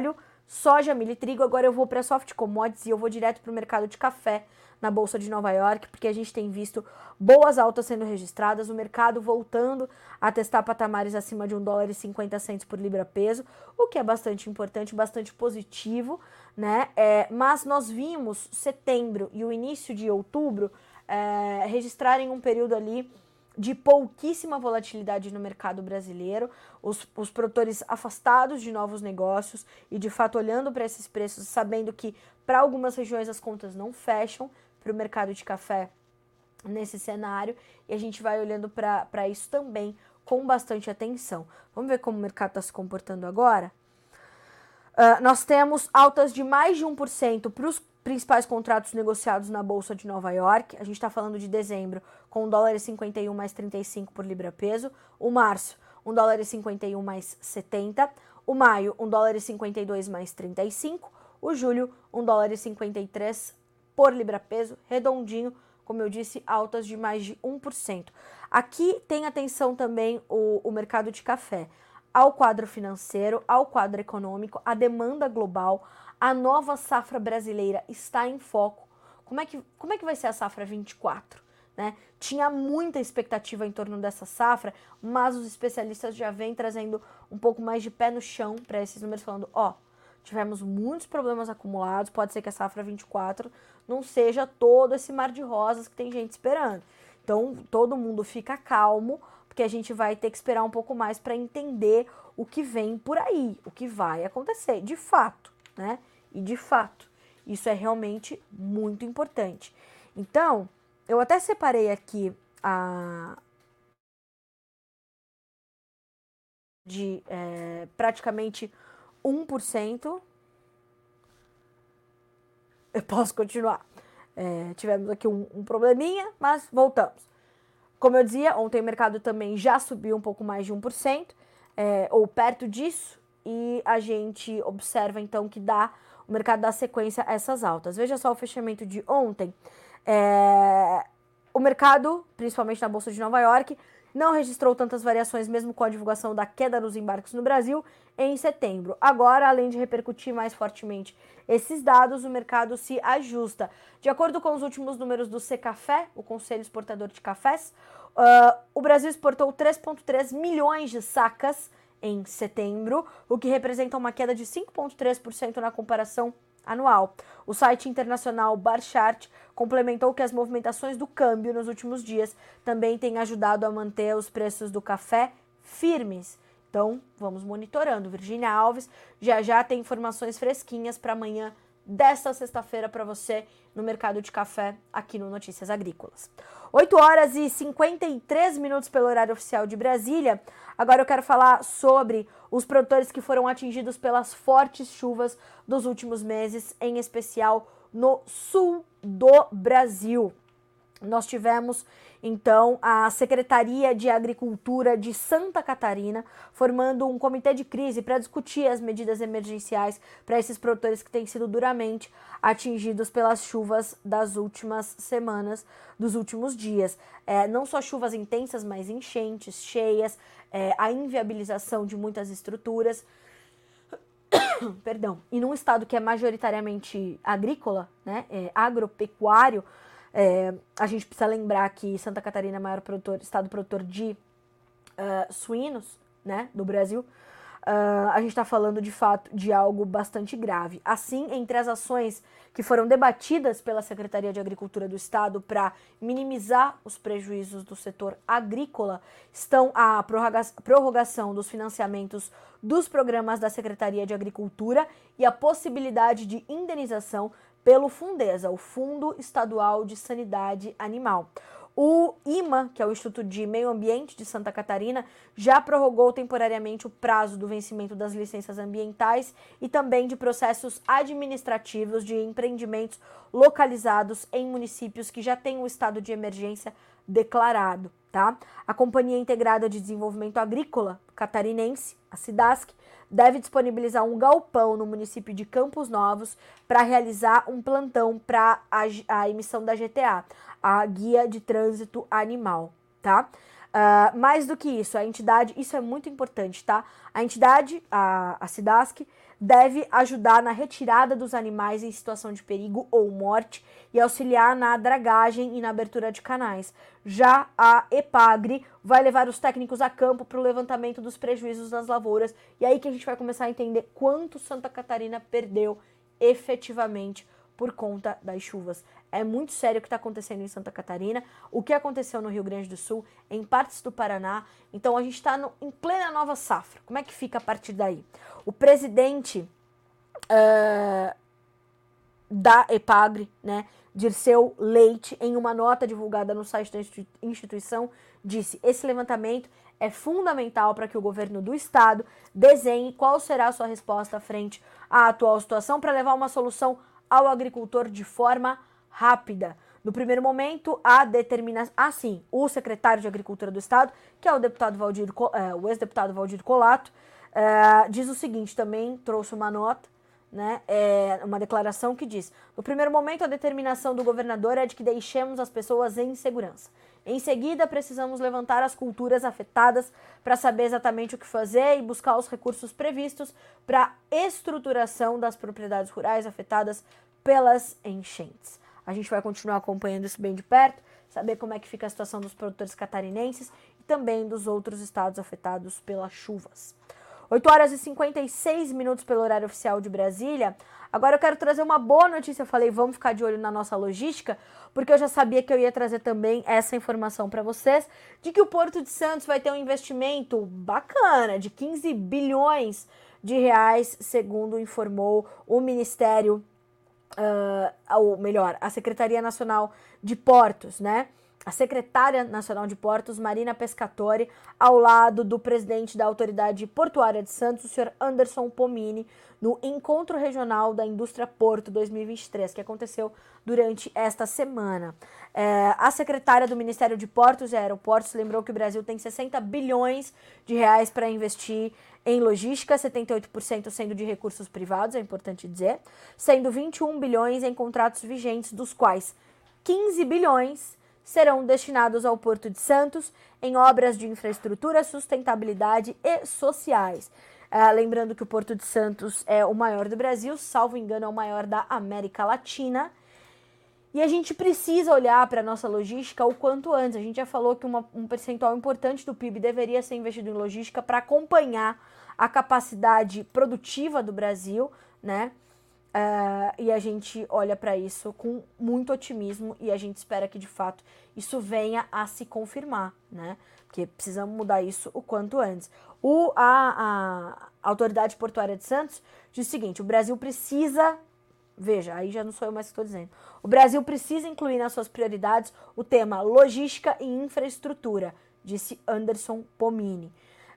soja, milho e trigo. Agora eu vou para soft commodities e eu vou direto para o mercado de café na Bolsa de Nova York, porque a gente tem visto boas altas sendo registradas, o mercado voltando a testar patamares acima de $1,50 por libra peso, o que é bastante importante, bastante positivo, né? Mas nós vimos setembro e o início de outubro registrarem um período ali de pouquíssima volatilidade no mercado brasileiro, os produtores afastados de novos negócios e de fato olhando para esses preços, sabendo que para algumas regiões as contas não fecham para o mercado de café nesse cenário, e a gente vai olhando para isso também com bastante atenção. Vamos ver como o mercado está se comportando agora? Nós temos altas de mais de 1% para os principais contratos negociados na Bolsa de Nova York. A gente está falando de dezembro com $1,51 mais 35 por libra peso. O março, $1,51 mais 70. O maio, $1,52 mais 35. O julho, $1,53 por libra peso, redondinho, como eu disse, altas de mais de 1%. Aqui tem atenção também o mercado de café ao quadro financeiro, ao quadro econômico, a demanda global, a nova safra brasileira está em foco. Como é que vai ser a safra 24? Né? Tinha muita expectativa em torno dessa safra, mas os especialistas já vêm trazendo um pouco mais de pé no chão para esses números, falando, tivemos muitos problemas acumulados, pode ser que a safra 24 não seja todo esse mar de rosas que tem gente esperando. Então, todo mundo fica calmo, porque a gente vai ter que esperar um pouco mais para entender o que vem por aí, o que vai acontecer, de fato, né? E de fato, isso é realmente muito importante. Então, eu até separei aqui de praticamente 1%. Eu posso continuar. Tivemos aqui um probleminha, mas voltamos. Como eu dizia, ontem o mercado também já subiu um pouco mais de 1%, ou perto disso, e a gente observa então que o mercado dá sequência a essas altas. Veja só o fechamento de ontem. O mercado, principalmente na Bolsa de Nova York, não registrou tantas variações mesmo com a divulgação da queda dos embarques no Brasil em setembro. Agora, além de repercutir mais fortemente esses dados, o mercado se ajusta. De acordo com os últimos números do Secafé, o Conselho Exportador de Cafés, o Brasil exportou 3,3 milhões de sacas em setembro, o que representa uma queda de 5,3% na comparação anual. O site internacional Barchart complementou que as movimentações do câmbio nos últimos dias também têm ajudado a manter os preços do café firmes. Então, vamos monitorando. Virgínia Alves já tem informações fresquinhas para amanhã desta sexta-feira para você no mercado de café aqui no Notícias Agrícolas. 8h53 pelo horário oficial de Brasília. Agora eu quero falar sobre os produtores que foram atingidos pelas fortes chuvas dos últimos meses, em especial no sul do Brasil. Nós tivemos, então, a Secretaria de Agricultura de Santa Catarina formando um comitê de crise para discutir as medidas emergenciais para esses produtores que têm sido duramente atingidos pelas chuvas das últimas semanas, dos últimos dias. Não só chuvas intensas, mas enchentes, cheias, a inviabilização de muitas estruturas. Perdão. E num estado que é majoritariamente agrícola, né, agropecuário, a gente precisa lembrar que Santa Catarina é o maior estado produtor de suínos, né, do Brasil. A gente está falando de fato de algo bastante grave. Assim, entre as ações que foram debatidas pela Secretaria de Agricultura do Estado para minimizar os prejuízos do setor agrícola, estão a prorrogação dos financiamentos dos programas da Secretaria de Agricultura e a possibilidade de indenização pelo Fundesa, o Fundo Estadual de Sanidade Animal. O IMA, que é o Instituto de Meio Ambiente de Santa Catarina, já prorrogou temporariamente o prazo do vencimento das licenças ambientais e também de processos administrativos de empreendimentos localizados em municípios que já têm o estado de emergência declarado, tá? A Companhia Integrada de Desenvolvimento Agrícola Catarinense, a SIDASC, deve disponibilizar um galpão no município de Campos Novos para realizar um plantão para a emissão da GTA, a Guia de Trânsito Animal, tá? Mais do que isso, a entidade, isso é muito importante, tá? A entidade, a SIDASC, deve ajudar na retirada dos animais em situação de perigo ou morte e auxiliar na dragagem e na abertura de canais. Já a EPAGRE vai levar os técnicos a campo para o levantamento dos prejuízos das lavouras, e aí que a gente vai começar a entender quanto Santa Catarina perdeu efetivamente por conta das chuvas. É muito sério o que está acontecendo em Santa Catarina, o que aconteceu no Rio Grande do Sul, em partes do Paraná. Então a gente está em plena nova safra. Como é que fica a partir daí? O presidente da EPAGRE, né, Dirceu Leite, em uma nota divulgada no site da instituição, disse: esse levantamento é fundamental para que o governo do estado desenhe qual será a sua resposta frente à atual situação para levar uma solução ao agricultor de forma rápida. No primeiro momento, a determinação... sim, o secretário de Agricultura do Estado, que é o o ex-deputado Valdir Colato, diz o seguinte, também trouxe uma nota, né, uma declaração que diz: no primeiro momento, a determinação do governador é de que deixemos as pessoas em segurança. Em seguida, precisamos levantar as culturas afetadas para saber exatamente o que fazer e buscar os recursos previstos para estruturação das propriedades rurais afetadas pelas enchentes. A gente vai continuar acompanhando isso bem de perto, saber como é que fica a situação dos produtores catarinenses e também dos outros estados afetados pelas chuvas. 8 horas e 56 minutos pelo horário oficial de Brasília. Agora eu quero trazer uma boa notícia. Eu falei, vamos ficar de olho na nossa logística, porque eu já sabia que eu ia trazer também essa informação para vocês, de que o Porto de Santos vai ter um investimento bacana, de 15 bilhões de reais, segundo informou o Ministério, ou melhor, a Secretaria Nacional de Portos, né? A secretária nacional de Portos, Marina Pescatori, ao lado do presidente da Autoridade Portuária de Santos, o senhor Anderson Pomini, no Encontro Regional da Indústria Porto 2023, que aconteceu durante esta semana. A secretária do Ministério de Portos e Aeroportos lembrou que o Brasil tem 60 bilhões de reais para investir em logística, 78% sendo de recursos privados, é importante dizer, sendo 21 bilhões em contratos vigentes, dos quais 15 bilhões serão destinados ao Porto de Santos em obras de infraestrutura, sustentabilidade e sociais. Lembrando que o Porto de Santos é o maior do Brasil, salvo engano é o maior da América Latina. E a gente precisa olhar para a nossa logística o quanto antes. A gente já falou que um percentual importante do PIB deveria ser investido em logística para acompanhar a capacidade produtiva do Brasil, né? E a gente olha para isso com muito otimismo e a gente espera que de fato isso venha a se confirmar, né? Porque precisamos mudar isso o quanto antes. A Autoridade Portuária de Santos diz o seguinte: o Brasil precisa, veja, aí já não sou eu mais que estou dizendo, o Brasil precisa incluir nas suas prioridades o tema logística e infraestrutura, disse Anderson Pomini.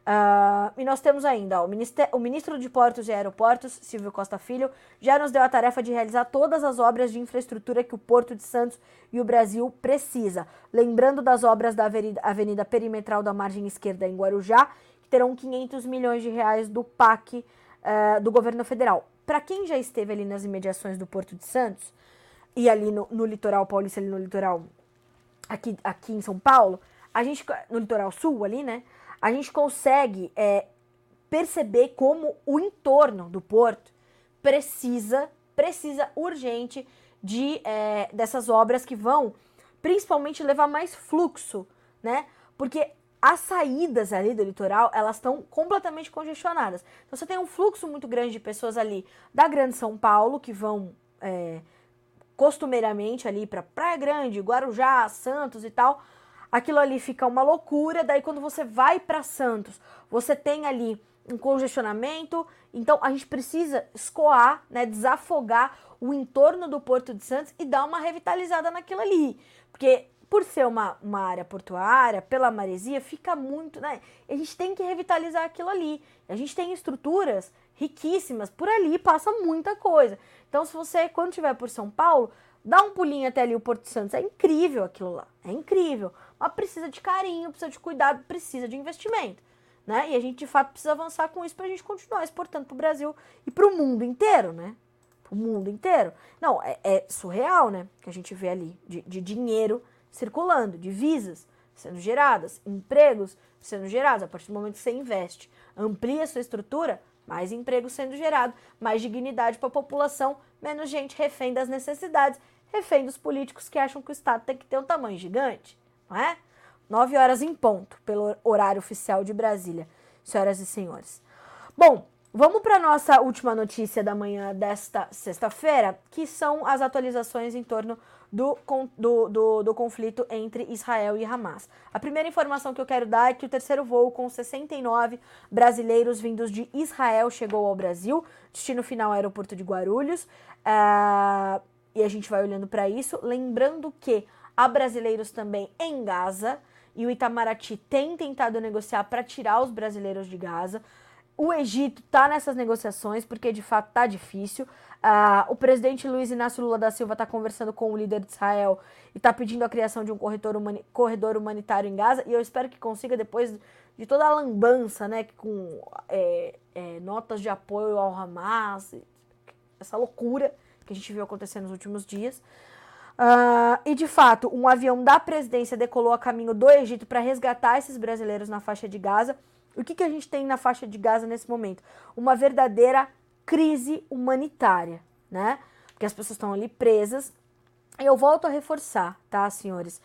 E nós temos ainda o ministro de Portos e Aeroportos, Silvio Costa Filho, já nos deu a tarefa de realizar todas as obras de infraestrutura que o Porto de Santos e o Brasil precisa. Lembrando das obras da Avenida Perimetral da Margem Esquerda em Guarujá, que terão 500 milhões de reais do PAC do governo federal. Para quem já esteve ali nas imediações do Porto de Santos e ali no litoral paulista, ali no litoral aqui em São Paulo, a gente, no litoral sul ali, né? A gente consegue perceber como o entorno do porto precisa urgente dessas obras que vão principalmente levar mais fluxo, né? Porque as saídas ali do litoral, elas estão completamente congestionadas. Então você tem um fluxo muito grande de pessoas ali da Grande São Paulo, que vão costumeiramente ali para Praia Grande, Guarujá, Santos e tal. Aquilo ali fica uma loucura, daí quando você vai para Santos, você tem ali um congestionamento, então a gente precisa escoar, né, desafogar o entorno do Porto de Santos e dar uma revitalizada naquilo ali, porque por ser uma área portuária, pela maresia, fica muito, né, a gente tem que revitalizar aquilo ali, a gente tem estruturas riquíssimas, por ali passa muita coisa, então se você, quando estiver por São Paulo, dá um pulinho até ali o Porto de Santos, é incrível aquilo lá, é incrível, mas precisa de carinho, precisa de cuidado, precisa de investimento, né? E a gente de fato precisa avançar com isso para a gente continuar exportando para o Brasil e para o mundo inteiro, né? Para o mundo inteiro. Não, é surreal, né? Que a gente vê ali de dinheiro circulando, divisas sendo geradas, empregos sendo gerados. A partir do momento que você investe, amplia a sua estrutura, mais emprego sendo gerado, mais dignidade para a população, menos gente refém das necessidades, refém dos políticos que acham que o Estado tem que ter um tamanho gigante, não é? 9 horas em ponto, pelo horário oficial de Brasília, senhoras e senhores. Bom, vamos para a nossa última notícia da manhã desta sexta-feira, que são as atualizações em torno do conflito entre Israel e Hamas. A primeira informação que eu quero dar é que o terceiro voo com 69 brasileiros vindos de Israel chegou ao Brasil, destino final aeroporto de Guarulhos, e a gente vai olhando para isso, lembrando que há brasileiros também em Gaza, e o Itamaraty tem tentado negociar para tirar os brasileiros de Gaza. O Egito está nessas negociações, porque de fato está difícil. O presidente Luiz Inácio Lula da Silva está conversando com o líder de Israel e está pedindo a criação de um corredor humanitário em Gaza, e eu espero que consiga, depois de toda a lambança, né, com notas de apoio ao Hamas, essa loucura que a gente viu acontecer nos últimos dias. E de fato, um avião da presidência decolou a caminho do Egito para resgatar esses brasileiros na faixa de Gaza. O que a gente tem na faixa de Gaza nesse momento? Uma verdadeira crise humanitária, né? Porque as pessoas estão ali presas. E eu volto a reforçar, tá, senhores?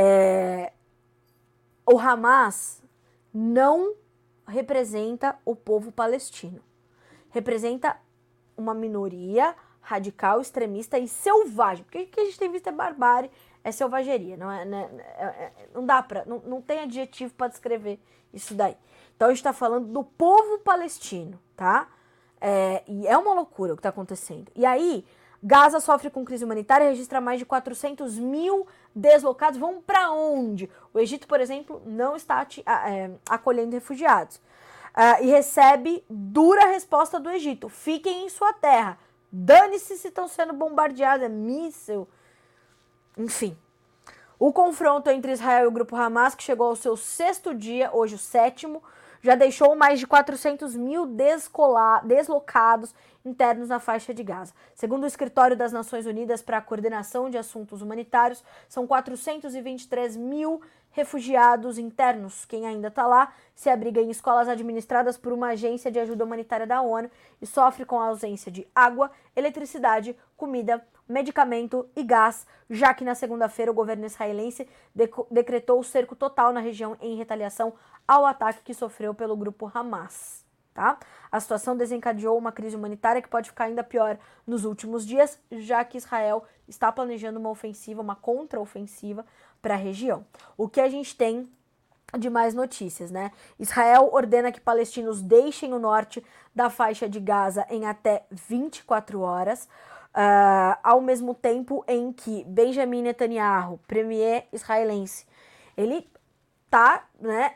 O Hamas não representa o povo palestino. Representa uma minoria radical, extremista e selvagem. Porque o que a gente tem visto é barbárie, é selvageria. Não dá pra... Não tem adjetivo para descrever isso daí. Então, a gente está falando do povo palestino, tá? E é uma loucura o que está acontecendo. E aí, Gaza sofre com crise humanitária, registra mais de 400 mil deslocados. Vão para onde? O Egito, por exemplo, não está acolhendo refugiados. E recebe dura resposta do Egito. Fiquem em sua terra. Dane-se se estão sendo bombardeados. É míssil. Enfim. O confronto entre Israel e o grupo Hamas, que chegou ao seu 6º dia, hoje o 7º, já deixou mais de 400 mil deslocados internos na faixa de Gaza. Segundo o Escritório das Nações Unidas para a Coordenação de Assuntos Humanitários, são 423 mil refugiados internos. Quem ainda está lá se abriga em escolas administradas por uma agência de ajuda humanitária da ONU e sofre com a ausência de água, eletricidade, comida, medicamento e gás, já que na segunda-feira o governo israelense decretou o cerco total na região em retaliação ao ataque que sofreu pelo grupo Hamas. Tá? A situação desencadeou uma crise humanitária que pode ficar ainda pior nos últimos dias, já que Israel está planejando uma ofensiva, uma contraofensiva para a região. O que a gente tem de mais notícias, né? Israel ordena que palestinos deixem o norte da faixa de Gaza em até 24 horas, ao mesmo tempo em que Benjamin Netanyahu, premier israelense, ele tá, né,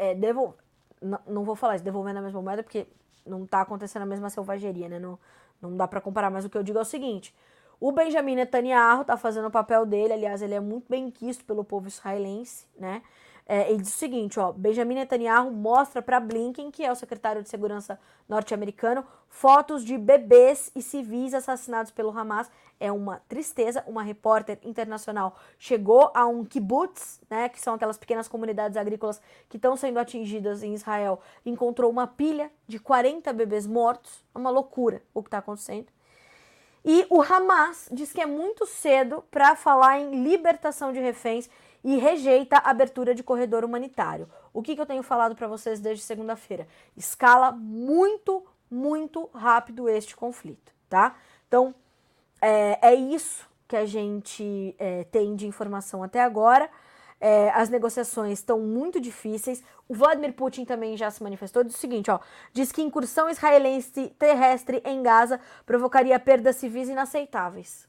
não vou falar isso, devolvendo a mesma moeda, porque não tá acontecendo a mesma selvageria, né? Não dá para comparar, mas o que eu digo é o seguinte: o Benjamin Netanyahu tá fazendo o papel dele, aliás, ele é muito bem quisto pelo povo israelense, né? Ele diz o seguinte, ó: Benjamin Netanyahu mostra para Blinken, que é o secretário de segurança norte-americano, fotos de bebês e civis assassinados pelo Hamas. É uma tristeza. Uma repórter internacional chegou a um kibbutz, né, que são aquelas pequenas comunidades agrícolas que estão sendo atingidas em Israel, encontrou uma pilha de 40 bebês mortos. É uma loucura o que está acontecendo. E o Hamas diz que é muito cedo para falar em libertação de reféns e rejeita a abertura de corredor humanitário. O que eu tenho falado para vocês desde segunda-feira? Escala muito, muito rápido este conflito, tá? Então, é isso que a gente tem de informação até agora. As negociações estão muito difíceis. O Vladimir Putin também já se manifestou, diz o seguinte, ó: diz que incursão israelense terrestre em Gaza provocaria perdas civis inaceitáveis.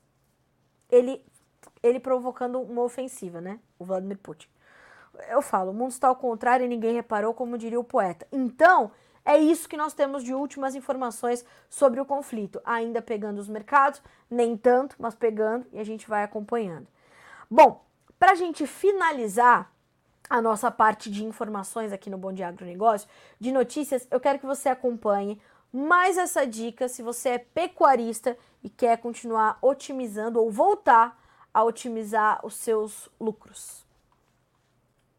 Ele provocando uma ofensiva, né? O Vladimir Putin. Eu falo, o mundo está ao contrário e ninguém reparou, como diria o poeta. Então, é isso que nós temos de últimas informações sobre o conflito. Ainda pegando os mercados, nem tanto, mas pegando, e a gente vai acompanhando. Bom, para a gente finalizar a nossa parte de informações aqui no Bom Dia Agronegócio, de notícias, eu quero que você acompanhe mais essa dica se você é pecuarista e quer continuar otimizando ou voltar a otimizar os seus lucros.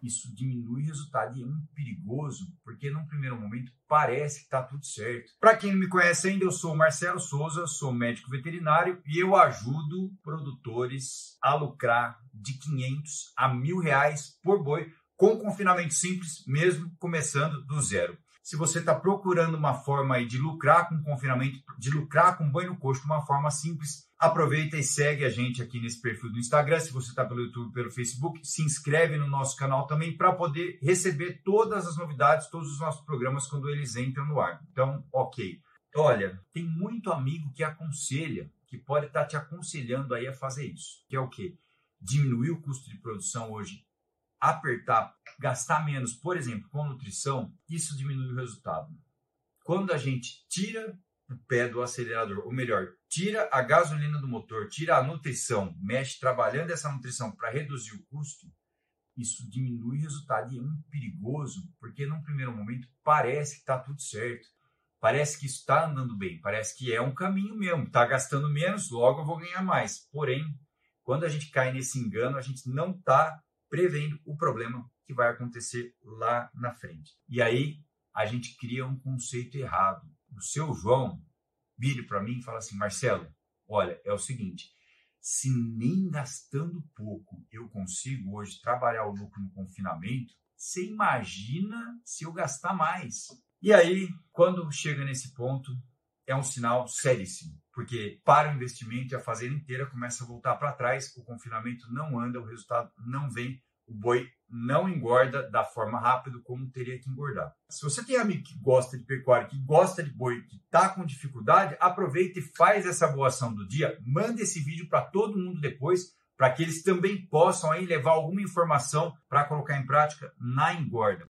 isso diminui o resultado e é muito perigoso, porque num primeiro momento parece que está tudo certo. Para quem não me conhece ainda, eu sou o Marcelo Souza, sou médico veterinário e eu ajudo produtores a lucrar de 500 a R$ 1.000 por boi com confinamento simples, mesmo começando do zero. Se você está procurando uma forma aí de lucrar com confinamento, de lucrar com banho no coxo de uma forma simples, aproveita e segue a gente aqui nesse perfil do Instagram. Se você está pelo YouTube, pelo Facebook, se inscreve no nosso canal também para poder receber todas as novidades, todos os nossos programas quando eles entram no ar. Então, ok. Olha, tem muito amigo que aconselha, que pode estar te aconselhando aí a fazer isso. Que é o quê? Diminuir o custo de produção hoje, apertar, gastar menos, por exemplo, com nutrição, isso diminui o resultado. Quando a gente tira o pé do acelerador, ou melhor, tira a gasolina do motor, tira a nutrição, mexe trabalhando essa nutrição para reduzir o custo, isso diminui o resultado e é muito perigoso, porque num primeiro momento parece que está tudo certo, parece que isso está andando bem, parece que é um caminho mesmo, está gastando menos, logo eu vou ganhar mais. Porém, quando a gente cai nesse engano, a gente não está prevendo o problema que vai acontecer lá na frente. E aí a gente cria um conceito errado. O seu João vira para mim e fala assim: Marcelo, olha, é o seguinte, se nem gastando pouco eu consigo hoje trabalhar o lucro no confinamento, você imagina se eu gastar mais. E aí, quando chega nesse ponto, é um sinal seríssimo, porque para o investimento e a fazenda inteira começa a voltar para trás, o confinamento não anda, o resultado não vem, o boi não engorda da forma rápida como teria que engordar. Se você tem amigo que gosta de pecuária, que gosta de boi, que está com dificuldade, aproveita e faz essa boa ação do dia, manda esse vídeo para todo mundo depois, para que eles também possam aí levar alguma informação para colocar em prática na engorda.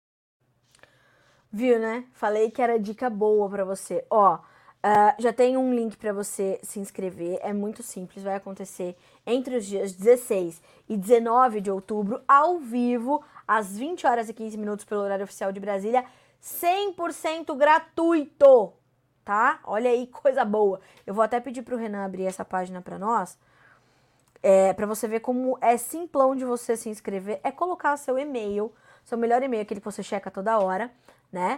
Viu, né? Falei que era dica boa para você. Ó, já tem um link para você se inscrever, é muito simples, vai acontecer entre os dias 16 e 19 de outubro, ao vivo, às 20 horas e 15 minutos pelo horário oficial de Brasília, 100% gratuito, tá? Olha aí, coisa boa. Eu vou até pedir pro Renan abrir essa página para nós, para você ver como é simplão de você se inscrever, é colocar seu e-mail, seu melhor e-mail, aquele que você checa toda hora, né?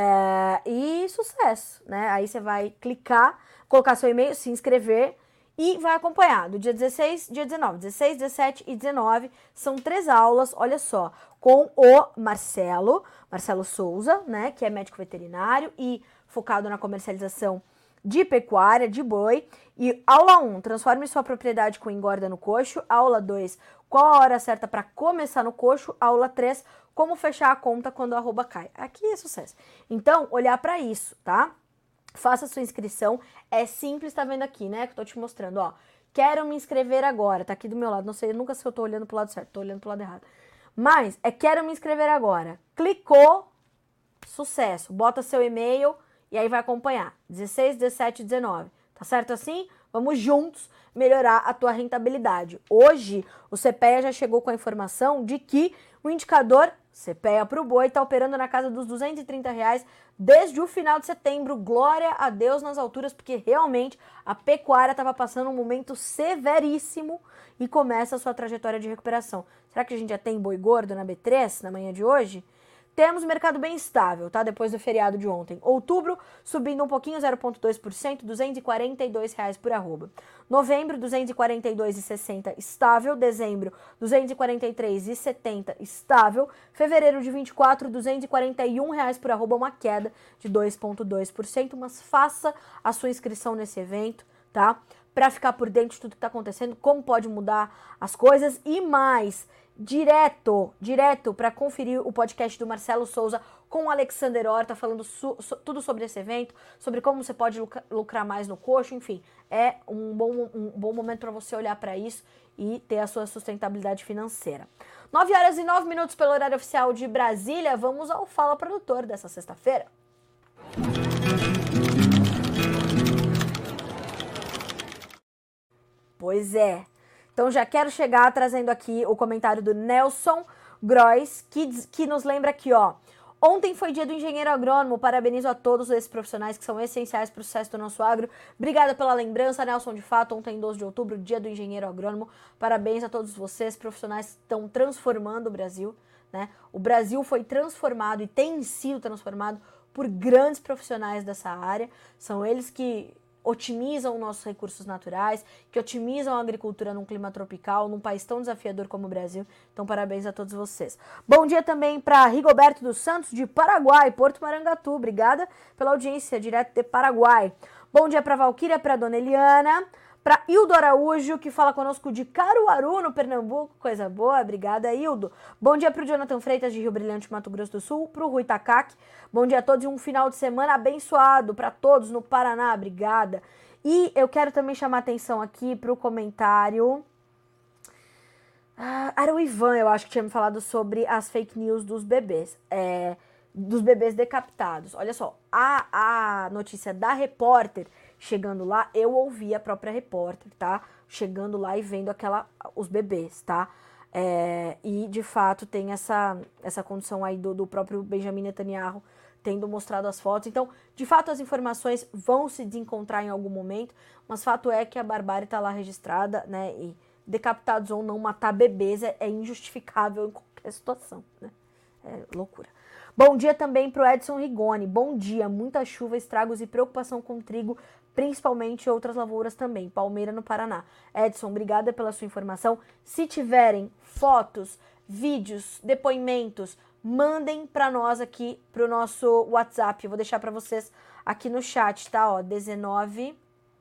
E sucesso, né? Aí você vai clicar, colocar seu e-mail, se inscrever e vai acompanhar. Do dia 16, dia 19, 16, 17 e 19 são 3 aulas, olha só, com o Marcelo Souza, né? Que é médico veterinário e focado na comercialização de pecuária, de boi. E aula 1, transforme sua propriedade com engorda no coxo. Aula 2, qual a hora certa para começar no coxo. Aula 3, como fechar a conta quando a arroba cai. Aqui é sucesso. Então, olhar para isso, tá? Faça sua inscrição. É simples, tá vendo aqui, né? Que eu tô te mostrando, ó. Quero me inscrever agora. Tá aqui do meu lado. Não sei nunca se eu tô olhando pro lado certo. Tô olhando pro lado errado. Mas, quero me inscrever agora. Clicou, sucesso. Bota seu e-mail e aí vai acompanhar. 16, 17 e 19. Tá certo assim? Vamos juntos melhorar a tua rentabilidade. Hoje, o CPEA já chegou com a informação de que o indicador CPEA para o boi está operando na casa dos R$230 desde o final de setembro. Glória a Deus nas alturas, porque realmente a pecuária estava passando um momento severíssimo e começa a sua trajetória de recuperação. Será que a gente já tem boi gordo na B3 na manhã de hoje? Temos mercado bem estável, tá? Depois do feriado de ontem. Outubro, subindo um pouquinho, 0,2%, R$242 por arroba. Novembro, 242,60 estável. Dezembro, 243,70 estável. Fevereiro de 24, R$241 por arroba, uma queda de 2,2%. Mas faça a sua inscrição nesse evento, tá? Para ficar por dentro de tudo que está acontecendo, como pode mudar as coisas e mais. Direto para conferir o podcast do Marcelo Souza com o Alexander Horta, falando tudo sobre esse evento, sobre como você pode lucrar mais no coxo, enfim, é um bom momento para você olhar para isso e ter a sua sustentabilidade financeira. 9 horas e 9 minutos pelo horário oficial de Brasília, vamos ao Fala Produtor dessa sexta-feira. Pois é. Então já quero chegar trazendo aqui o comentário do Nelson Grois, que nos lembra aqui, ó. Ontem foi dia do engenheiro agrônomo, parabenizo a todos esses profissionais que são essenciais para o sucesso do nosso agro. Obrigada pela lembrança, Nelson, de fato, ontem 12 de outubro, dia do engenheiro agrônomo. Parabéns a todos vocês, profissionais que estão transformando o Brasil, né? O Brasil foi transformado e tem sido transformado por grandes profissionais dessa área. São eles que otimizam nossos recursos naturais, que otimizam a agricultura num clima tropical, num país tão desafiador como o Brasil. Então, parabéns a todos vocês. Bom dia também para Rigoberto dos Santos, de Paraguai, Porto Marangatu. Obrigada pela audiência, direto de Paraguai. Bom dia para Valquíria, para Dona Eliana, para Hildo Araújo, que fala conosco de Caruaru, no Pernambuco. Coisa boa, obrigada, Hildo. Bom dia para o Jonathan Freitas, de Rio Brilhante, Mato Grosso do Sul, para o Rui Takaki. Bom dia a todos e um final de semana abençoado para todos no Paraná, obrigada. E eu quero também chamar a atenção aqui para o comentário. Era o Ivan, eu acho que tinha me falado sobre as fake news dos bebês. Dos bebês decapitados. Olha só, a notícia da repórter chegando lá, eu ouvi a própria repórter, tá? Chegando lá e vendo os bebês, tá? E, de fato, tem essa condição aí do próprio Benjamin Netanyahu tendo mostrado as fotos. Então, de fato, as informações vão se desencontrar em algum momento, mas fato é que a barbárie tá lá registrada, né? E decapitados ou não, matar bebês é injustificável em qualquer situação, né? É loucura. Bom dia também para o Edson Rigoni. Bom dia, muita chuva, estragos e preocupação com trigo, principalmente outras lavouras também. Palmeira, no Paraná. Edson, obrigada pela sua informação. Se tiverem fotos, vídeos, depoimentos, mandem para nós aqui, para o nosso WhatsApp. Eu vou deixar para vocês aqui no chat, tá? Ó, 19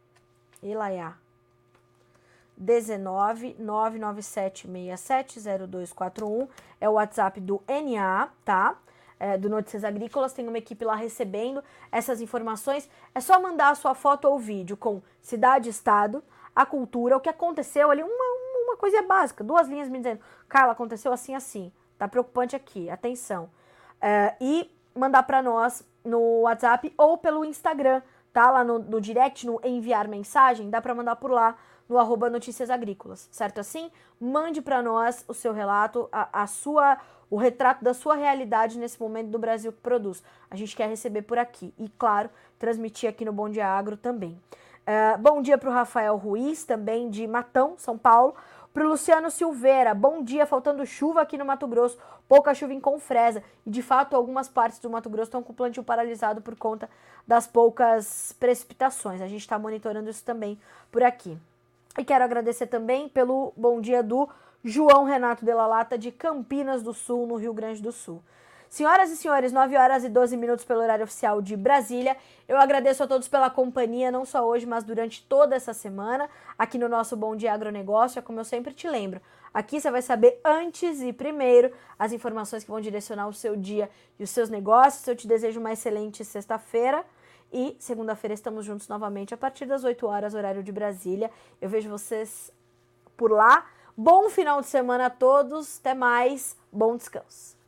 997670241 é o WhatsApp do NA, tá? Do Notícias Agrícolas, tem uma equipe lá recebendo essas informações. É só mandar a sua foto ou vídeo com cidade, estado, a cultura, o que aconteceu ali, uma coisa básica, 2 linhas me dizendo, Carla, aconteceu assim, assim, tá preocupante aqui, atenção. E mandar para nós no WhatsApp ou pelo Instagram, tá? Lá no direct, no enviar mensagem, dá para mandar por lá, no @Notícias Agrícolas, certo assim? Mande para nós o seu relato, o retrato da sua realidade nesse momento do Brasil que produz. A gente quer receber por aqui e, claro, transmitir aqui no Bom Dia Agro também. Bom dia para o Rafael Ruiz, também de Matão, São Paulo. Para o Luciano Silveira, bom dia, faltando chuva aqui no Mato Grosso, pouca chuva em Confresa. E, de fato, algumas partes do Mato Grosso estão com o plantio paralisado por conta das poucas precipitações. A gente está monitorando isso também por aqui. E quero agradecer também pelo bom dia do João Renato Della Lata, de Campinas do Sul, no Rio Grande do Sul. Senhoras e senhores, 9h12 pelo horário oficial de Brasília. Eu agradeço a todos pela companhia, não só hoje, mas durante toda essa semana, aqui no nosso Bom Dia Agronegócio. É como eu sempre te lembro, aqui você vai saber antes e primeiro as informações que vão direcionar o seu dia e os seus negócios. Eu te desejo uma excelente sexta-feira. E segunda-feira estamos juntos novamente a partir das 8 horas, horário de Brasília. Eu vejo vocês por lá. Bom final de semana a todos. Até mais. Bom descanso.